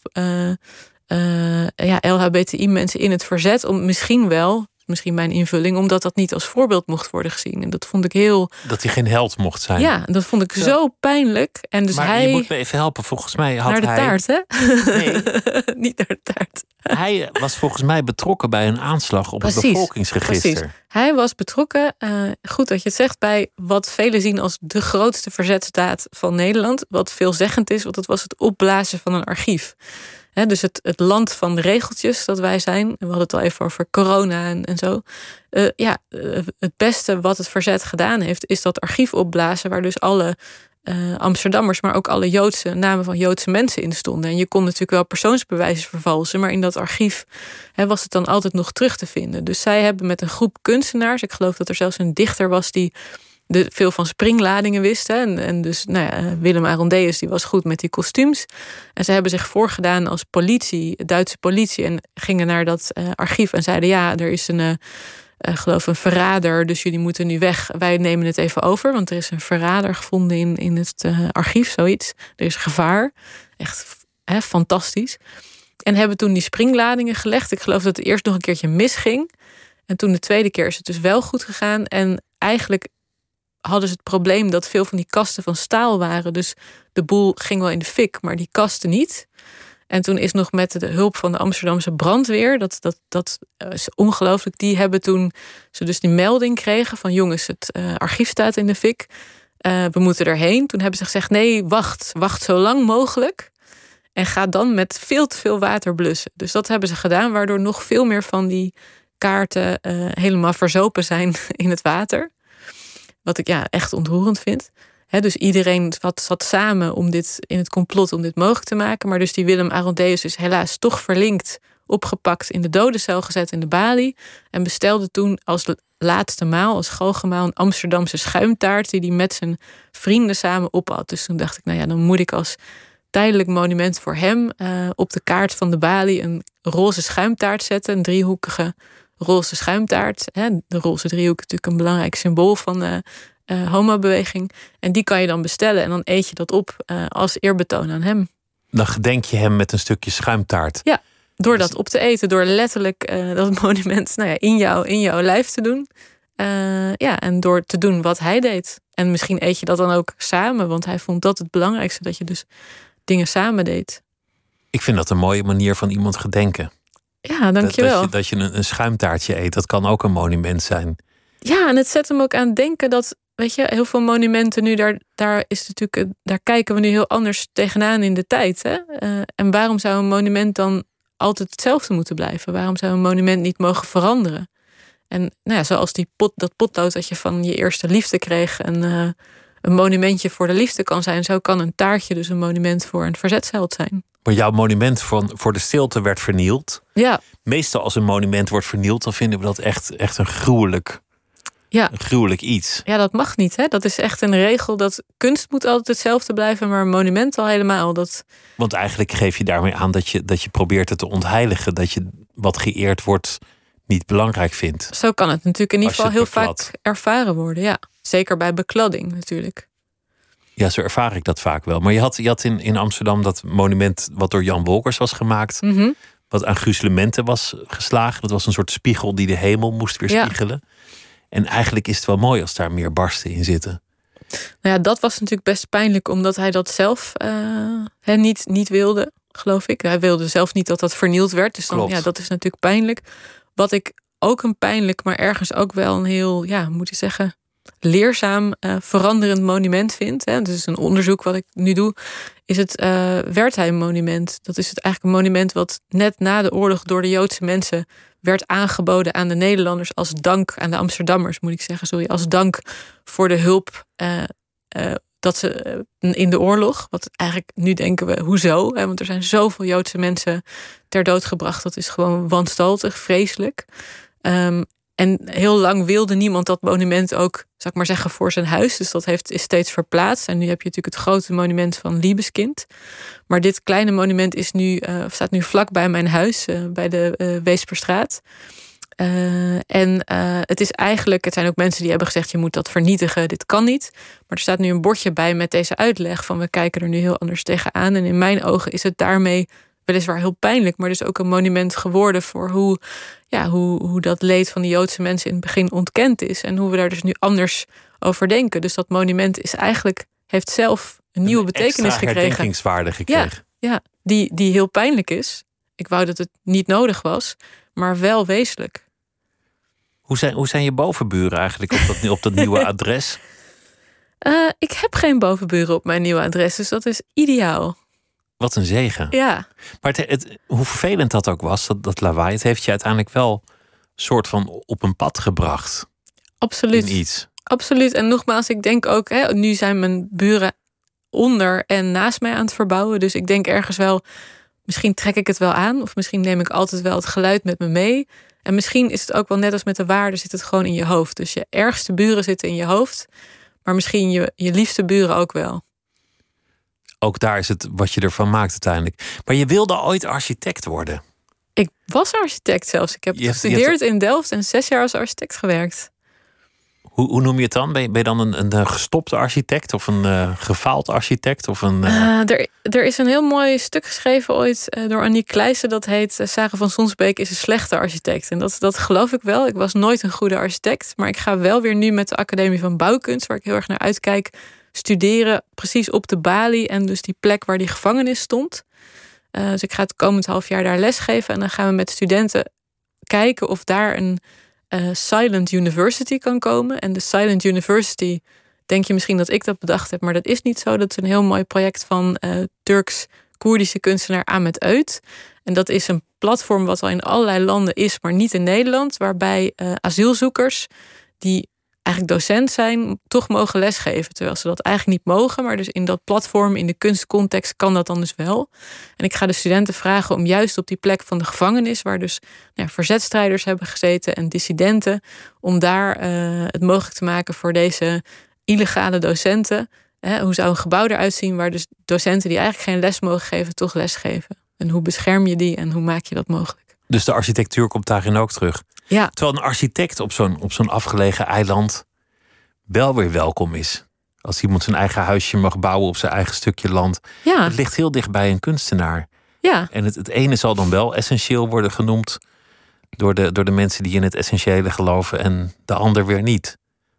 LHBTI-mensen in het verzet. Misschien mijn invulling, omdat dat niet als voorbeeld mocht worden gezien. En dat vond ik heel... Dat hij geen held mocht zijn. Ja, dat vond ik zo pijnlijk. En dus maar je moet me even helpen. Volgens mij had hij... Naar de taart, hè? Nee. Niet naar de taart. Hij was volgens mij betrokken bij een aanslag op het bevolkingsregister. Precies. Hij was betrokken, goed dat je het zegt, bij wat velen zien als de grootste verzetsdaad van Nederland. Wat veelzeggend is, want het was het opblazen van een archief. Dus het land van de regeltjes dat wij zijn. We hadden het al even over corona en zo. Het beste wat het verzet gedaan heeft, is dat archief opblazen, waar dus alle Amsterdammers, maar ook alle namen van Joodse mensen in stonden. En je kon natuurlijk wel persoonsbewijzen vervalsen, maar in dat archief was het dan altijd nog terug te vinden. Dus zij hebben met een groep kunstenaars, ik geloof dat er zelfs een dichter was die veel van springladingen wist. En dus Willem Arondeus die was goed met die kostuums. En ze hebben zich voorgedaan als Duitse politie, en gingen naar dat archief en zeiden er is geloof een verrader, dus jullie moeten nu weg. Wij nemen het even over, want er is een verrader gevonden in het archief, zoiets. Er is gevaar. Echt fantastisch. En hebben toen die springladingen gelegd. Ik geloof dat het eerst nog een keertje misging. En toen de tweede keer is het dus wel goed gegaan. En eigenlijk hadden ze het probleem dat veel van die kasten van staal waren. Dus de boel ging wel in de fik, maar die kasten niet. En toen is nog met de hulp van de Amsterdamse brandweer, dat is ongelooflijk, die hebben toen ze dus die melding kregen van jongens, het archief staat in de fik. We moeten erheen. Toen hebben ze gezegd, nee, wacht zo lang mogelijk. En ga dan met veel te veel water blussen. Dus dat hebben ze gedaan, waardoor nog veel meer van die kaarten helemaal verzopen zijn in het water. Wat ik echt ontroerend vind. Dus iedereen zat samen in het complot om dit mogelijk te maken. Maar dus die Willem Arondeus is helaas toch verlinkt, opgepakt, in de dodencel gezet in de balie. En bestelde toen als laatste maal, als galgenmaal, een Amsterdamse schuimtaart die hij met zijn vrienden samen opat. Dus toen dacht ik, dan moet ik als tijdelijk monument voor hem op de kaart van de balie een roze schuimtaart zetten. Een driehoekige roze schuimtaart. De roze driehoek is natuurlijk een belangrijk symbool van de homobeweging. En die kan je dan bestellen en dan eet je dat op als eerbetoon aan hem. Dan gedenk je hem met een stukje schuimtaart. Ja, door dat op te eten, door letterlijk dat monument in jouw lijf te doen. En door te doen wat hij deed. En misschien eet je dat dan ook samen, want hij vond dat het belangrijkste, dat je dus dingen samen deed. Ik vind dat een mooie manier van iemand gedenken. Ja, dankjewel. Dat je een schuimtaartje eet, dat kan ook een monument zijn. Ja, en het zet hem ook aan het denken dat, weet je, heel veel monumenten nu, daar kijken we nu heel anders tegenaan in de tijd. Hè? En waarom zou een monument dan altijd hetzelfde moeten blijven? Waarom zou een monument niet mogen veranderen? En zoals dat potlood dat je van je eerste liefde kreeg, een monumentje voor de liefde kan zijn, zo kan een taartje dus een monument voor een verzetsheld zijn. Maar jouw monument voor de stilte werd vernield. Ja. Meestal als een monument wordt vernield, dan vinden we dat echt een gruwelijk iets. Ja, dat mag niet. Hè? Dat is echt een regel dat kunst moet altijd hetzelfde blijven, maar een monument al helemaal. Want eigenlijk geef je daarmee aan dat je probeert het te ontheiligen. Dat je wat geëerd wordt niet belangrijk vindt. Zo kan het natuurlijk in ieder geval heel vaak ervaren worden. Ja, zeker bij bekladding natuurlijk. Ja, zo ervaar ik dat vaak wel. Maar je had in Amsterdam dat monument wat door Jan Wolkers was gemaakt. Mm-hmm. Wat aan gruzelementen was geslagen. Dat was een soort spiegel die de hemel moest weerspiegelen. Ja. En eigenlijk is het wel mooi als daar meer barsten in zitten. Dat was natuurlijk best pijnlijk, omdat hij dat zelf niet wilde, geloof ik. Hij wilde zelf niet dat dat vernield werd. Dus dan, dat is natuurlijk pijnlijk. Wat ik ook een pijnlijk, maar ergens ook wel een heel, moet ik zeggen, leerzaam veranderend monument vind. Dus een onderzoek wat ik nu doe, is het Wertheim-monument. Dat is eigenlijk een monument wat net na de oorlog door de Joodse mensen werd aangeboden aan de Nederlanders als dank, aan de Amsterdammers moet ik zeggen, sorry, als dank voor de hulp dat ze in de oorlog. Wat eigenlijk nu denken we, hoezo? Want er zijn zoveel Joodse mensen ter dood gebracht. Dat is gewoon wanstaltig, vreselijk. En heel lang wilde niemand dat monument ook, zou ik maar zeggen, voor zijn huis. Dus dat is steeds verplaatst. En nu heb je natuurlijk het grote monument van Liebeskind. Maar dit kleine monument is staat nu vlak bij mijn huis, bij de Weesperstraat. Het is eigenlijk, het zijn ook mensen die hebben gezegd, je moet dat vernietigen, dit kan niet. Maar er staat nu een bordje bij met deze uitleg van we kijken er nu heel anders tegenaan. En in mijn ogen is het daarmee weliswaar heel pijnlijk, maar dus ook een monument geworden voor hoe dat leed van de Joodse mensen in het begin ontkend is. En hoe we daar dus nu anders over denken. Dus dat monument heeft zelf een nieuwe betekenis gekregen. Herdenkingswaarde gekregen. Ja, die heel pijnlijk is. Ik wou dat het niet nodig was, maar wel wezenlijk. Hoe zijn je bovenburen eigenlijk op dat nieuwe adres? Ik heb geen bovenburen op mijn nieuwe adres, dus dat is ideaal. Wat een zegen. Ja. Maar hoe vervelend dat ook was, dat lawaai, het heeft je uiteindelijk wel soort van op een pad gebracht. Absoluut. In iets. Absoluut. En nogmaals, ik denk ook, nu zijn mijn buren onder en naast mij aan het verbouwen. Dus ik denk ergens wel, misschien trek ik het wel aan. Of misschien neem ik altijd wel het geluid met me mee. En misschien is het ook wel net als met de waarde, zit het gewoon in je hoofd. Dus je ergste buren zitten in je hoofd. Maar misschien je liefste buren ook wel. Ook daar is het wat je ervan maakt uiteindelijk. Maar je wilde ooit architect worden. Ik was architect zelfs. Ik heb gestudeerd in Delft en 6 jaar als architect gewerkt. Hoe noem je het dan? Ben je dan een gestopte architect of een gefaald architect? Of Er is een heel mooi stuk geschreven ooit door Aniek Kleijsen. Dat heet Sarah van Sonsbeek is een slechte architect. En dat geloof ik wel. Ik was nooit een goede architect. Maar ik ga wel weer nu met de Academie van Bouwkunst, waar ik heel erg naar uitkijk, studeren precies op de balie. En dus die plek waar die gevangenis stond. Dus ik ga het komend half jaar daar lesgeven. En dan gaan we met studenten kijken of daar een Silent University kan komen. En de Silent University, denk je misschien dat ik dat bedacht heb, maar dat is niet zo. Dat is een heel mooi project van Turks-Koerdische kunstenaar Ahmet Öğüt. En dat is een platform wat al in allerlei landen is, maar niet in Nederland, waarbij asielzoekers die eigenlijk docent zijn, toch mogen lesgeven. Terwijl ze dat eigenlijk niet mogen. Maar dus in dat platform, in de kunstcontext, kan dat dan dus wel. En ik ga de studenten vragen om juist op die plek van de gevangenis, waar dus verzetstrijders hebben gezeten en dissidenten, om daar het mogelijk te maken voor deze illegale docenten. Hoe zou een gebouw eruit zien waar dus docenten die eigenlijk geen les mogen geven, toch les geven? En hoe bescherm je die en hoe maak je dat mogelijk? Dus de architectuur komt daarin ook terug. Ja. Terwijl een architect op zo'n afgelegen eiland wel weer welkom is. Als iemand zijn eigen huisje mag bouwen op zijn eigen stukje land. Ja. Het ligt heel dicht bij een kunstenaar. Ja. En het ene zal dan wel essentieel worden genoemd door de mensen die in het essentiële geloven en de ander weer niet.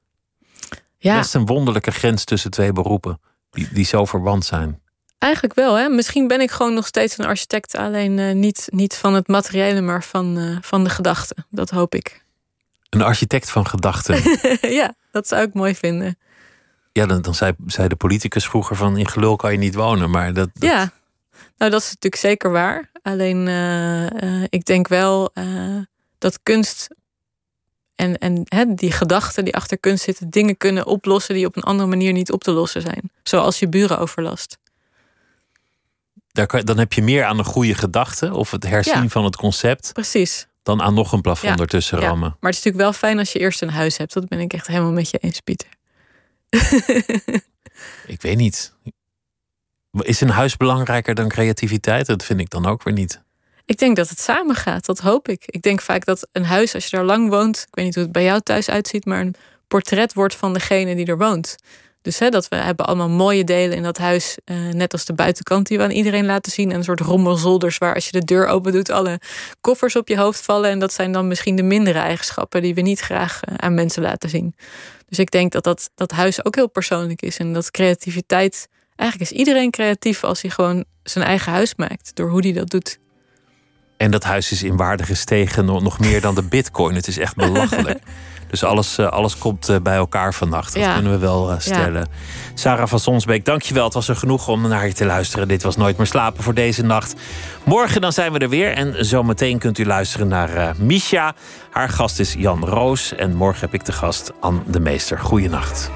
Ja. Best een wonderlijke grens tussen twee beroepen die zo verwant zijn. Eigenlijk wel, hè. Misschien ben ik gewoon nog steeds een architect, alleen niet van het materiële, maar van de gedachten. Dat hoop ik. Een architect van gedachten. Ja, dat zou ik mooi vinden. Ja, dan zei de politicus vroeger van in gelul kan je niet wonen, maar dat... Ja, nou dat is natuurlijk zeker waar. Alleen ik denk wel dat kunst en die gedachten die achter kunst zitten, dingen kunnen oplossen die op een andere manier niet op te lossen zijn. Zoals je burenoverlast. Dan heb je meer aan een goede gedachte of het herzien van het concept. Precies. Dan aan nog een plafond ertussen rammen. Maar het is natuurlijk wel fijn als je eerst een huis hebt. Dat ben ik echt helemaal met je eens, Pieter. Ik weet niet. Is een huis belangrijker dan creativiteit? Dat vind ik dan ook weer niet. Ik denk dat het samen gaat, dat hoop ik. Ik denk vaak dat een huis, als je daar lang woont, ik weet niet hoe het bij jou thuis uitziet, maar een portret wordt van degene die er woont. Dus dat we hebben allemaal mooie delen in dat huis, net als de buitenkant die we aan iedereen laten zien. En een soort rommelzolders waar als je de deur open doet alle koffers op je hoofd vallen. En dat zijn dan misschien de mindere eigenschappen die we niet graag aan mensen laten zien. Dus ik denk dat huis ook heel persoonlijk is. En dat creativiteit, eigenlijk is iedereen creatief als hij gewoon zijn eigen huis maakt. Door hoe hij dat doet. En dat huis is in waarde gestegen nog meer dan de bitcoin. Het is echt belachelijk. Dus alles komt bij elkaar vannacht. Dat kunnen we wel stellen. Ja. Sarah van Sonsbeek, dankjewel. Het was er genoeg om naar je te luisteren. Dit was Nooit meer slapen voor deze nacht. Morgen dan zijn we er weer. En zometeen kunt u luisteren naar Misha. Haar gast is Jan Roos. En morgen heb ik de gast Anne de Meester. Goeienacht.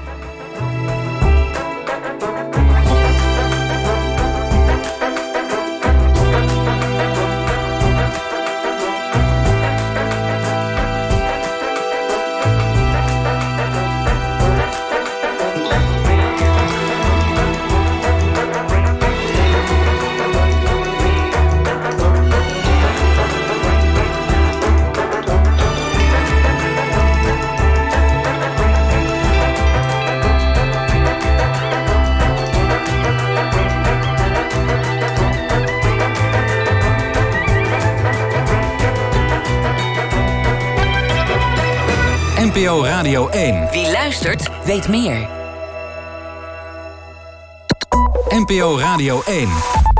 NPO Radio 1. Wie luistert, weet meer. NPO Radio 1.